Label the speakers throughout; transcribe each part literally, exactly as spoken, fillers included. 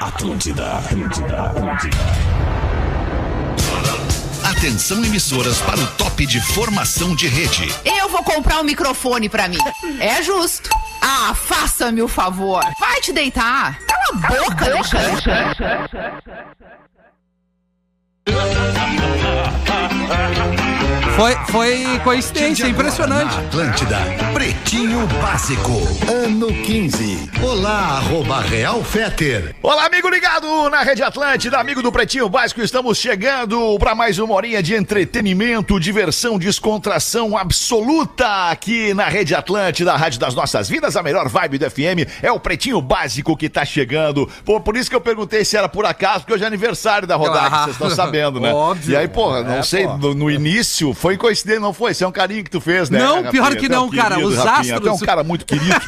Speaker 1: Atlântida, Atlântida, Atlântida.
Speaker 2: Atenção, emissoras, para o top de formação de rede.
Speaker 3: Eu vou comprar um microfone pra mim. É justo. Ah, faça-me o favor. Vai te deitar. Cala a boca, Alexandre.
Speaker 4: Foi, foi coincidência, impressionante.
Speaker 2: Na Atlântida, Pretinho Básico, ano quinze. Olá, arroba Real Feter.
Speaker 5: Olá, amigo ligado na Rede Atlântida, amigo do Pretinho Básico. Estamos chegando para mais uma horinha de entretenimento, diversão, descontração absoluta aqui na Rede Atlântida, a rádio das nossas vidas, a melhor vibe do F M. É o Pretinho Básico que tá chegando. Pô, por isso que eu perguntei se era por acaso, porque hoje é aniversário da Rodaica,
Speaker 4: Ah,
Speaker 5: vocês estão sabendo, né?
Speaker 4: óbvio.
Speaker 5: E aí, porra, não
Speaker 4: É,
Speaker 5: sei,
Speaker 4: pô.
Speaker 5: no, no início foi coincidência, não foi? Isso é um carinho que tu fez, né?
Speaker 4: Não,
Speaker 5: Rafinha?
Speaker 4: pior que
Speaker 5: Tu é um
Speaker 4: não, cara.
Speaker 5: querido,
Speaker 4: Os
Speaker 5: Rafinha.
Speaker 4: astros-
Speaker 5: Tu é um cara muito querido.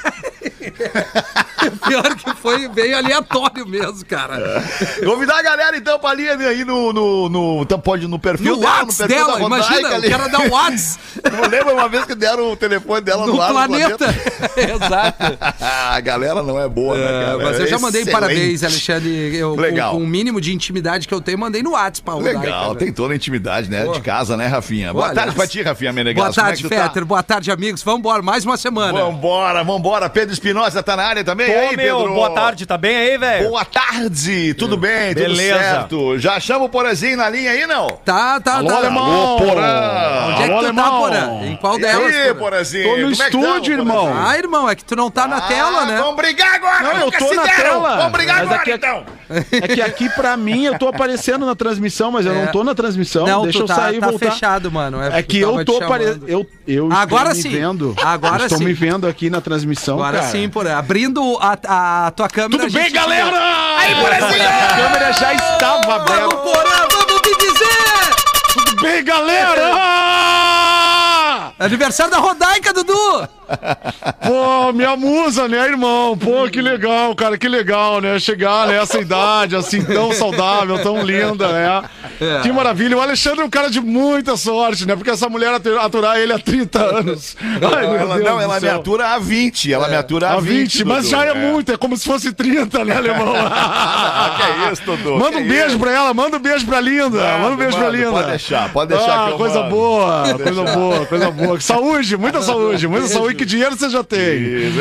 Speaker 4: Pior que foi bem aleatório mesmo, cara.
Speaker 5: Convidar a galera então pra ali aí no, no, no então pode ir no perfil
Speaker 4: No
Speaker 5: dela, no
Speaker 4: Whats
Speaker 5: perfil
Speaker 4: dela,
Speaker 5: da Rodaica
Speaker 4: imagina,
Speaker 5: ali.
Speaker 4: o cara dá o Whats
Speaker 5: Não lembra uma vez que deram o telefone dela
Speaker 4: no
Speaker 5: no ar
Speaker 4: planeta. Exato.
Speaker 5: A galera não é boa, né, cara?
Speaker 4: Mas eu já mandei
Speaker 5: Excelente.
Speaker 4: parabéns, Alexandre. Eu,
Speaker 5: Legal.
Speaker 4: Com, com o mínimo de intimidade que eu tenho, mandei no WhatsApp pra Rodaica,
Speaker 5: Legal,
Speaker 4: né?
Speaker 5: tem toda a intimidade, né?
Speaker 4: Pô.
Speaker 5: De casa, né, Rafinha? Boa
Speaker 4: Olha,
Speaker 5: tarde pra ti, Rafinha Menegasso.
Speaker 4: Boa tarde,
Speaker 5: Como é que tu
Speaker 4: Fetter. Boa tarde, amigos. Vambora, mais uma semana.
Speaker 5: Tá? Vambora, vambora. Pedro Espinosa tá na área também?
Speaker 6: Pô,
Speaker 5: E aí,
Speaker 6: meu,
Speaker 5: Pedro?
Speaker 6: boa tarde, tá bem aí, velho?
Speaker 5: Boa tarde, tudo bem,
Speaker 6: Beleza.
Speaker 5: tudo certo. Já chama o Porazinho na linha aí, não?
Speaker 4: Tá, tá,
Speaker 5: Alô,
Speaker 4: tá.
Speaker 5: alemão. Alô, Porã.
Speaker 4: Onde é que
Speaker 5: Alô,
Speaker 4: tu tá,
Speaker 5: alemão.
Speaker 4: Porã? Em qual
Speaker 5: E
Speaker 4: delas,
Speaker 5: aí,
Speaker 4: Porã?
Speaker 5: Porazinho?
Speaker 7: Tô no
Speaker 5: Como é que
Speaker 7: estúdio,
Speaker 5: tamo,
Speaker 7: irmão.
Speaker 5: Porazinho?
Speaker 4: Ah, irmão, é que tu não tá na tela, né?
Speaker 5: Vamos brigar agora!
Speaker 7: Não, eu
Speaker 5: nunca
Speaker 7: tô
Speaker 5: se
Speaker 7: na
Speaker 5: deram.
Speaker 7: tela.
Speaker 5: Vamos brigar
Speaker 7: Mas
Speaker 5: agora,
Speaker 7: aqui é-
Speaker 5: então!
Speaker 7: É que aqui pra mim eu tô aparecendo na transmissão, mas eu
Speaker 4: É.
Speaker 7: não tô na transmissão.
Speaker 4: Não,
Speaker 7: Deixa
Speaker 4: tu
Speaker 7: eu
Speaker 4: tá,
Speaker 7: sair e
Speaker 4: tá
Speaker 7: voltar.
Speaker 4: fechado, mano.
Speaker 7: É que
Speaker 4: tu tava
Speaker 7: eu
Speaker 4: te
Speaker 7: tô
Speaker 4: chamando.
Speaker 7: aparecendo. Eu, eu
Speaker 4: Agora
Speaker 7: estou
Speaker 4: sim.
Speaker 7: me vendo.
Speaker 4: Agora
Speaker 7: estou
Speaker 4: sim.
Speaker 7: me vendo aqui na transmissão.
Speaker 4: Agora
Speaker 7: cara.
Speaker 4: sim, Porã. Abrindo a, a tua câmera.
Speaker 7: Tudo
Speaker 4: a gente
Speaker 7: bem,
Speaker 4: te
Speaker 7: galera?
Speaker 4: vê.
Speaker 5: Aí, Porazinho!
Speaker 7: A câmera já estava aberta.
Speaker 4: Vamos, Porã, vamos me dizer!
Speaker 7: Tudo bem, galera?
Speaker 4: Aniversário da Rodaica, Dudu!
Speaker 7: Pô, minha musa, né, irmão? Pô, que legal, cara, que legal, né? Chegar nessa idade, assim, tão saudável, tão linda, né?
Speaker 4: É.
Speaker 7: Que maravilha. O Alexandre é um cara de muita sorte, né? Porque essa mulher atu- aturar ele há trinta anos. Ai, meu
Speaker 5: Ela,
Speaker 7: Deus
Speaker 5: não,
Speaker 7: do
Speaker 5: ela me
Speaker 7: céu.
Speaker 5: atura há vinte. Ela me atura há
Speaker 7: Há
Speaker 5: vinte.
Speaker 7: vinte, mas
Speaker 5: Dudu.
Speaker 7: já é muito, é como se fosse trinta, né, alemão?
Speaker 5: Ah, que é isso, Dudu?
Speaker 7: Manda um
Speaker 5: Que
Speaker 7: beijo
Speaker 5: isso?
Speaker 7: pra ela, manda um beijo pra Linda.
Speaker 5: Mando,
Speaker 7: manda um beijo pra
Speaker 5: mando,
Speaker 7: Linda.
Speaker 5: pode deixar, pode deixar
Speaker 7: Ah,
Speaker 5: que eu
Speaker 7: coisa
Speaker 5: mando.
Speaker 7: boa,
Speaker 5: Pode
Speaker 7: coisa
Speaker 5: deixar.
Speaker 7: boa, coisa boa. Saúde, muita saúde, muita saúde, que dinheiro você já tem.
Speaker 5: Isso.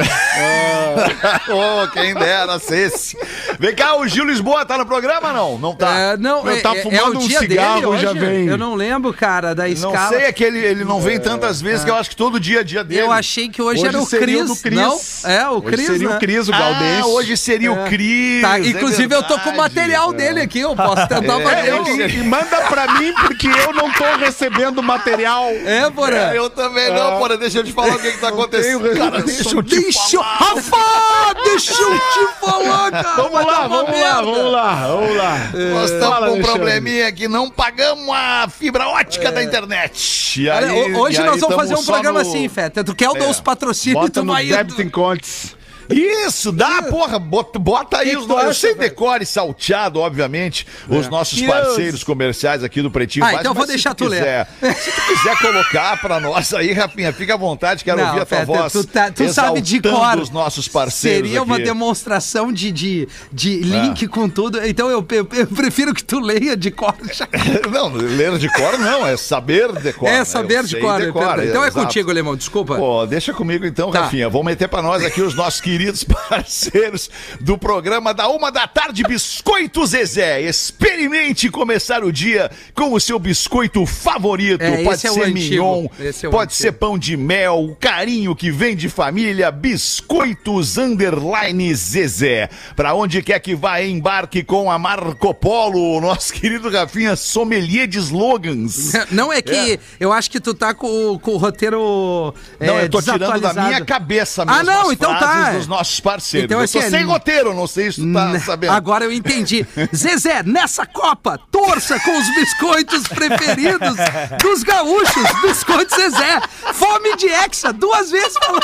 Speaker 5: Oh, quem dera esse. Vem cá, o Gil Lisboa tá no programa, não? Não tá?
Speaker 4: É, não,
Speaker 7: Eu
Speaker 4: é,
Speaker 7: tá
Speaker 4: é-
Speaker 7: fumando
Speaker 4: é o
Speaker 7: um
Speaker 4: dia
Speaker 7: cigarro,
Speaker 4: dele hoje?
Speaker 7: já vem.
Speaker 4: Eu não lembro, cara, da
Speaker 5: Não
Speaker 4: escala.
Speaker 5: sei, é que ele, ele não vem tantas vezes que eu acho que todo dia é dia dele.
Speaker 4: Eu achei que hoje,
Speaker 7: Hoje
Speaker 4: era o
Speaker 7: seria o
Speaker 4: Cris.
Speaker 7: do Cris.
Speaker 4: Não? É, o
Speaker 7: Hoje
Speaker 4: Cris,
Speaker 7: seria
Speaker 4: né?
Speaker 7: o Cris, o
Speaker 5: Ah,
Speaker 7: Galdês.
Speaker 5: hoje seria o Cris.
Speaker 4: Tá,
Speaker 5: é
Speaker 4: inclusive eu tô com o
Speaker 5: verdade.
Speaker 4: material dele aqui, eu posso tentar
Speaker 5: É,
Speaker 4: fazer
Speaker 5: eu
Speaker 4: um.
Speaker 5: sei.
Speaker 7: E, e manda pra mim, porque eu não tô recebendo material.
Speaker 4: É, Porã.
Speaker 5: É, eu também não, porra, deixa eu te falar o que que tá acontecendo.
Speaker 7: tenho
Speaker 5: Cara, deixa eu te
Speaker 4: Deixa eu...
Speaker 5: falar.
Speaker 4: Rafa, deixa eu te falar, cara.
Speaker 7: Vamos
Speaker 4: vai dar
Speaker 7: lá,
Speaker 4: uma
Speaker 7: vamos lá,
Speaker 4: merda.
Speaker 7: vamos lá, vamos lá.
Speaker 5: Nós estamos
Speaker 7: Fala,
Speaker 5: com um
Speaker 7: Alexandre.
Speaker 5: probleminha que não pagamos a fibra ótica da internet. E
Speaker 4: Olha,
Speaker 5: aí-
Speaker 4: ho- hoje
Speaker 5: e aí
Speaker 4: nós vamos
Speaker 5: tamo
Speaker 4: fazer um
Speaker 5: só
Speaker 4: programa
Speaker 5: no-
Speaker 4: assim, Feta. Tu quer o
Speaker 5: É.
Speaker 4: dos patrocínios e
Speaker 7: Bota
Speaker 4: tu
Speaker 7: no
Speaker 4: vai
Speaker 7: débito
Speaker 4: indo.
Speaker 7: em contas.
Speaker 5: Isso, dá, porra, bota, bota aí
Speaker 4: Que
Speaker 5: os
Speaker 4: que tu
Speaker 5: nossos.
Speaker 4: acha,
Speaker 5: Sem
Speaker 4: velho?
Speaker 5: decore salteado, obviamente, os nossos
Speaker 7: Que
Speaker 5: parceiros comerciais aqui do Pretinho
Speaker 4: Ah,
Speaker 5: Básico,
Speaker 4: então eu vou
Speaker 5: mas se
Speaker 4: deixar tu ler.
Speaker 5: quiser, se tu quiser colocar pra nós aí, Rafinha, fica à vontade, quero
Speaker 4: Não,
Speaker 5: ouvir a tua
Speaker 4: Feta,
Speaker 5: voz.
Speaker 4: tu, tá- tu sabe de
Speaker 5: exaltando
Speaker 4: cor.
Speaker 5: os nossos parceiros
Speaker 4: Seria uma
Speaker 5: aqui.
Speaker 4: demonstração de, de, de link com tudo. Então eu, eu, eu prefiro que tu leia de cor.
Speaker 5: Não, ler de cor não, é saber de cor.
Speaker 4: É
Speaker 5: né?
Speaker 4: saber
Speaker 5: Eu
Speaker 4: de
Speaker 5: sei
Speaker 4: cor. é verdade. Então é
Speaker 5: exato.
Speaker 4: contigo, Alemão, desculpa.
Speaker 5: Pô, deixa comigo então,
Speaker 4: Tá.
Speaker 5: Rafinha. Vamos meter pra nós aqui os nossos queridos parceiros do programa da uma da tarde, Biscoito Zezé. Experimente começar o dia com o seu biscoito favorito.
Speaker 4: É,
Speaker 5: pode
Speaker 4: esse é o
Speaker 5: ser
Speaker 4: antigo.
Speaker 5: mignon,
Speaker 4: Esse é o
Speaker 5: pode
Speaker 4: antigo.
Speaker 5: ser pão de mel, o carinho que vem de família. Biscoitos Underline Zezé. Pra onde quer que vá, embarque com a Marco Polo. Nosso querido Rafinha, sommelier de slogans.
Speaker 4: Não é que eu acho que tu tá com, o- com o roteiro.
Speaker 5: Não,
Speaker 4: é,
Speaker 5: eu tô tirando da
Speaker 4: desatualizado.
Speaker 5: minha cabeça mesmo
Speaker 4: Ah, não,
Speaker 5: as
Speaker 4: então
Speaker 5: frases
Speaker 4: tá.
Speaker 5: dos nossos parceiros.
Speaker 4: Então,
Speaker 5: eu
Speaker 4: assim,
Speaker 5: tô
Speaker 4: é-
Speaker 5: sem roteiro, não sei se tu tá
Speaker 4: Né,
Speaker 5: sabendo.
Speaker 4: Agora eu entendi. Zezé, nessa Copa, torça com os biscoitos preferidos dos gaúchos. Biscoito Zezé. Fome de Hexa, duas vezes falou.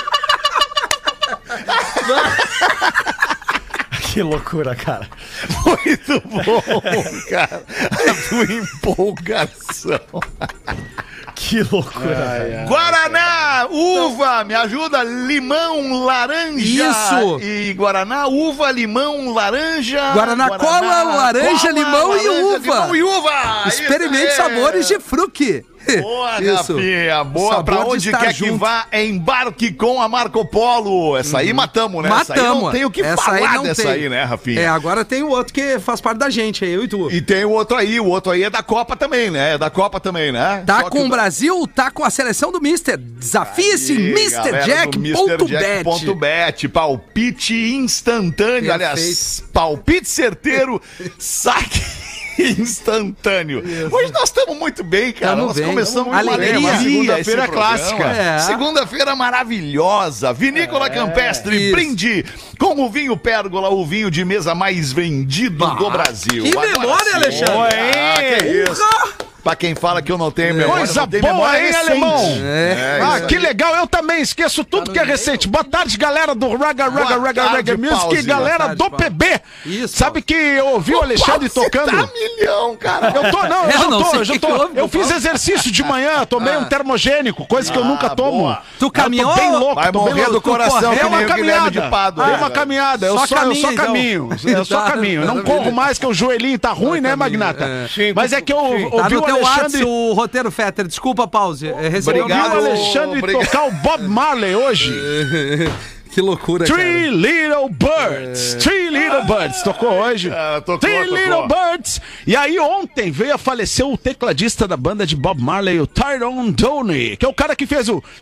Speaker 6: Que loucura, cara.
Speaker 5: Muito bom, cara. A tua empolgação.
Speaker 6: Que loucura.
Speaker 5: Ai, ai, Guaraná, uva, me ajuda, limão, laranja.
Speaker 4: Isso.
Speaker 5: E Guaraná, uva, limão, laranja.
Speaker 4: Guaraná, cola, laranja, limão e uva.
Speaker 5: Limão e uva.
Speaker 4: Experimente
Speaker 5: Isso aí.
Speaker 4: sabores de fruque.
Speaker 5: Boa,
Speaker 4: Isso.
Speaker 5: Rafinha, boa.
Speaker 4: Sabor
Speaker 5: Pra
Speaker 4: de
Speaker 5: onde
Speaker 4: estar
Speaker 5: quer que
Speaker 4: junto.
Speaker 5: vá, embarque com a Marco Polo. Essa aí matamos, né? Essa aí
Speaker 4: Matamos.
Speaker 5: não tem o que
Speaker 4: Essa
Speaker 5: falar
Speaker 4: aí não
Speaker 5: dessa
Speaker 4: tem.
Speaker 5: aí, né, Rafinha?
Speaker 4: É, agora tem o outro que faz parte da gente, eu e tu.
Speaker 5: E tem o outro aí, o outro aí é da Copa também, né? É da Copa também, né?
Speaker 4: Tá
Speaker 5: Só
Speaker 4: com
Speaker 5: que
Speaker 4: o Brasil, tá com a seleção do Mister. Desafie-se
Speaker 5: Aí,
Speaker 4: mister
Speaker 5: galera
Speaker 4: jack
Speaker 5: do
Speaker 4: ponto bet.
Speaker 5: mister jack ponto bet. Palpite instantâneo,
Speaker 4: Perfeito.
Speaker 5: aliás, palpite certeiro, saque instantâneo. Hoje nós estamos muito bem, cara.
Speaker 4: Tamo
Speaker 5: nós
Speaker 4: bem.
Speaker 5: começamos
Speaker 4: Tamo
Speaker 5: uma
Speaker 4: bem,
Speaker 5: alegria.
Speaker 4: uma
Speaker 7: segunda-feira
Speaker 5: esse programa.
Speaker 7: clássica.
Speaker 4: É.
Speaker 5: Segunda-feira maravilhosa. Vinícola Campestre,
Speaker 4: Isso.
Speaker 5: brinde com o vinho Pérgola, o vinho de mesa mais vendido do Brasil.
Speaker 4: que
Speaker 5: Agora
Speaker 4: memória,
Speaker 5: sim.
Speaker 4: Alexandre.
Speaker 5: Ah, que isso. Pra quem fala que eu não tenho memória,
Speaker 7: Coisa
Speaker 5: não tem
Speaker 7: boa,
Speaker 5: memória
Speaker 7: hein,
Speaker 5: recente.
Speaker 7: alemão?
Speaker 5: É,
Speaker 7: ah,
Speaker 5: isso
Speaker 7: que
Speaker 5: aí.
Speaker 7: legal. Eu também esqueço tudo que é recente. Boa tarde, galera do Raga, Raga,
Speaker 5: Boa
Speaker 7: Raga,
Speaker 5: tarde,
Speaker 7: Raga Music
Speaker 5: Pause.
Speaker 7: e galera
Speaker 4: Boa
Speaker 7: do
Speaker 4: tarde,
Speaker 7: P B.
Speaker 4: Isso,
Speaker 7: Sabe que eu ouvi o Alexandre
Speaker 5: Você
Speaker 7: tocando...
Speaker 5: tá milhão, cara.
Speaker 7: Eu tô, não, eu,
Speaker 4: Eu
Speaker 7: já
Speaker 4: não
Speaker 7: tô,
Speaker 4: sei
Speaker 7: eu já
Speaker 4: o que
Speaker 7: tô.
Speaker 4: que houve,
Speaker 7: Eu fiz
Speaker 4: Paulo.
Speaker 7: exercício de manhã, tomei um termogênico, coisa que eu nunca tomo.
Speaker 5: boa.
Speaker 4: Tu
Speaker 7: Eu
Speaker 4: caminhou?
Speaker 7: tô bem louco,
Speaker 5: Vai
Speaker 7: tô bem
Speaker 5: morrer
Speaker 7: louco.
Speaker 5: do coração,
Speaker 7: Tu
Speaker 5: que
Speaker 7: correu
Speaker 5: nem
Speaker 7: uma
Speaker 5: o Guilherme de
Speaker 7: caminhada.
Speaker 5: Pádua.
Speaker 7: Dei uma caminhada. Eu
Speaker 4: Só
Speaker 7: só, eu
Speaker 4: caminha,
Speaker 7: só
Speaker 4: então.
Speaker 7: caminho. Eu só
Speaker 4: Tá,
Speaker 7: caminho. Não
Speaker 4: maravilha.
Speaker 7: corro mais, que o joelhinho tá ruim, né, Magnata?
Speaker 6: Sim,
Speaker 7: Mas é que eu
Speaker 6: sim.
Speaker 4: Tá
Speaker 7: ouvi
Speaker 4: no
Speaker 7: o
Speaker 4: teu WhatsApp
Speaker 7: Alexandre...
Speaker 4: o roteiro, Fetter. Desculpa, pause. É, recebeu
Speaker 7: Ouvi o
Speaker 5: Obrigado.
Speaker 7: Alexandre
Speaker 5: Obrigado.
Speaker 7: tocar o Bob Marley hoje.
Speaker 4: Que loucura,
Speaker 7: Three Little Birds. Three Little Birds. Tocou hoje.
Speaker 5: Ah, tocou,
Speaker 7: Three
Speaker 5: tocou.
Speaker 7: Little Birds. E aí ontem veio a falecer o tecladista da banda de Bob Marley, o Tyrone Downie, que é o cara que fez o...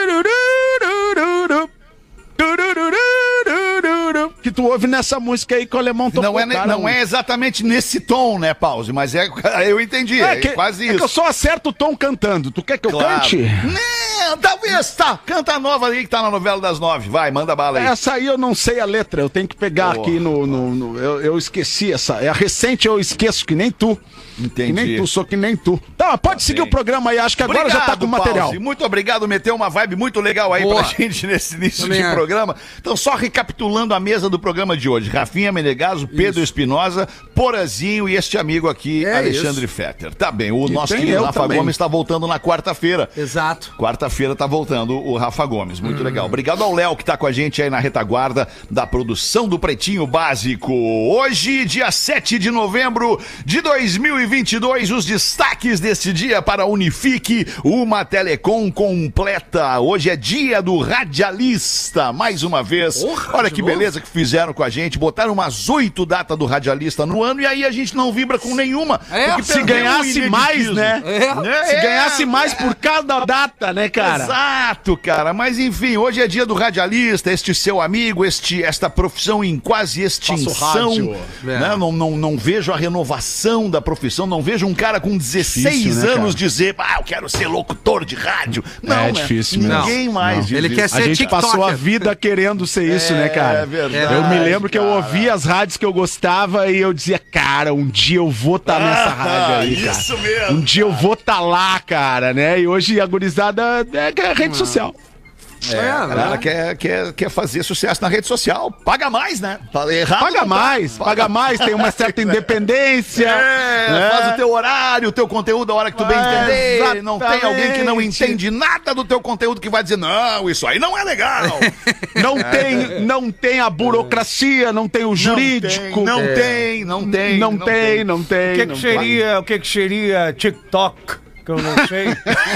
Speaker 7: que tu ouve nessa música aí que o alemão tocou.
Speaker 5: Não é, ne-
Speaker 7: cara.
Speaker 5: não é exatamente nesse tom, né, Pause? Mas é, eu entendi, é,
Speaker 7: É que,
Speaker 5: quase
Speaker 7: é
Speaker 5: isso.
Speaker 7: que eu só acerto o tom cantando. Tu quer que eu
Speaker 5: Claro.
Speaker 7: cante?
Speaker 5: Não, talvez, tá. Canta a nova aí que tá na novela das nove. Vai, manda bala aí.
Speaker 7: Essa aí eu não sei a letra, eu tenho que pegar
Speaker 5: Porra.
Speaker 7: aqui no... no- no- eu, eu esqueci essa. É a recente, eu esqueço, que nem tu.
Speaker 5: Entendi.
Speaker 7: Que nem tu, sou que nem tu. Tá, pode seguir
Speaker 5: bem.
Speaker 7: o programa aí, acho que agora já tá com o material.
Speaker 5: Pause. Muito obrigado, meteu uma vibe muito legal aí
Speaker 4: Boa.
Speaker 5: pra gente nesse início
Speaker 4: Também
Speaker 5: de
Speaker 4: é.
Speaker 5: programa. Então, só recapitulando a mesa do programa de hoje. Rafinha Menegaso, Pedro Espinosa, Porazinho e este amigo aqui,
Speaker 4: É
Speaker 5: Alexandre Fetter. Tá bem, o
Speaker 7: E
Speaker 5: nosso
Speaker 7: tem
Speaker 5: querido
Speaker 7: eu
Speaker 5: Rafa
Speaker 7: também.
Speaker 5: Gomes tá voltando na quarta-feira.
Speaker 4: Exato.
Speaker 5: Quarta-feira tá voltando o Rafa Gomes, muito legal. Obrigado ao Léo que tá com a gente aí na retaguarda da produção do Pretinho Básico. Hoje, dia sete de novembro de dois mil e vinte e dois, os destaques deste dia para a Unifique, uma telecom completa. Hoje é dia do radialista, mais uma vez.
Speaker 4: Porra,
Speaker 5: Olha
Speaker 4: de
Speaker 5: que
Speaker 4: novo?
Speaker 5: beleza que fizeram com a gente, botaram umas oito datas do radialista no ano e aí a gente não vibra com nenhuma.
Speaker 4: É,
Speaker 5: porque
Speaker 7: Se
Speaker 5: perdeu o
Speaker 7: ganhasse mais,
Speaker 5: ineditismo.
Speaker 7: né?
Speaker 4: É.
Speaker 5: Né?
Speaker 7: Se
Speaker 5: É.
Speaker 7: ganhasse mais por cada data, né, cara?
Speaker 5: Exato, cara. Mas enfim, hoje é dia do radialista, este seu amigo, este, esta profissão em quase extinção.
Speaker 7: rádio.
Speaker 5: Né? Não, não, não vejo a renovação da profissão, não vejo um cara com dezesseis
Speaker 7: Difícil, né,
Speaker 5: anos
Speaker 7: cara?
Speaker 5: dizer, ah, eu quero ser locutor de rádio. Não,
Speaker 7: É
Speaker 5: né?
Speaker 7: difícil mesmo.
Speaker 5: Ninguém
Speaker 4: Não,
Speaker 5: mais
Speaker 4: não.
Speaker 5: diz
Speaker 4: Ele
Speaker 5: isso.
Speaker 4: quer
Speaker 7: A
Speaker 4: ser
Speaker 7: gente
Speaker 4: TikToker.
Speaker 7: passou a vida querendo ser isso, né, cara?
Speaker 5: É verdade,
Speaker 7: Eu me lembro que eu
Speaker 5: cara.
Speaker 7: ouvia as rádios que eu gostava e eu dizia, cara, um dia eu vou estar nessa
Speaker 5: Ah,
Speaker 7: rádio aí, cara.
Speaker 5: isso mesmo,
Speaker 7: Um dia eu vou estar lá, cara, né? E hoje a gurizada é, é rede social.
Speaker 5: É, a galera quer, quer, quer fazer sucesso na rede social. Paga mais, né? Errado
Speaker 7: Paga
Speaker 5: não tá.
Speaker 7: mais, paga mais, tem uma certa independência.
Speaker 5: É,
Speaker 7: né?
Speaker 5: faz o teu horário, o teu conteúdo a hora que tu bem
Speaker 7: É,
Speaker 5: entender. Não tem alguém que não
Speaker 7: exatamente.
Speaker 5: entende nada do teu conteúdo que vai dizer, não, isso aí não é legal.
Speaker 7: Não tem, não tem a burocracia, não tem o jurídico.
Speaker 5: Não tem, não tem,
Speaker 7: Não tem, não tem.
Speaker 6: O que, que
Speaker 7: não
Speaker 6: seria, o que, que seria TikTok? Que eu não sei.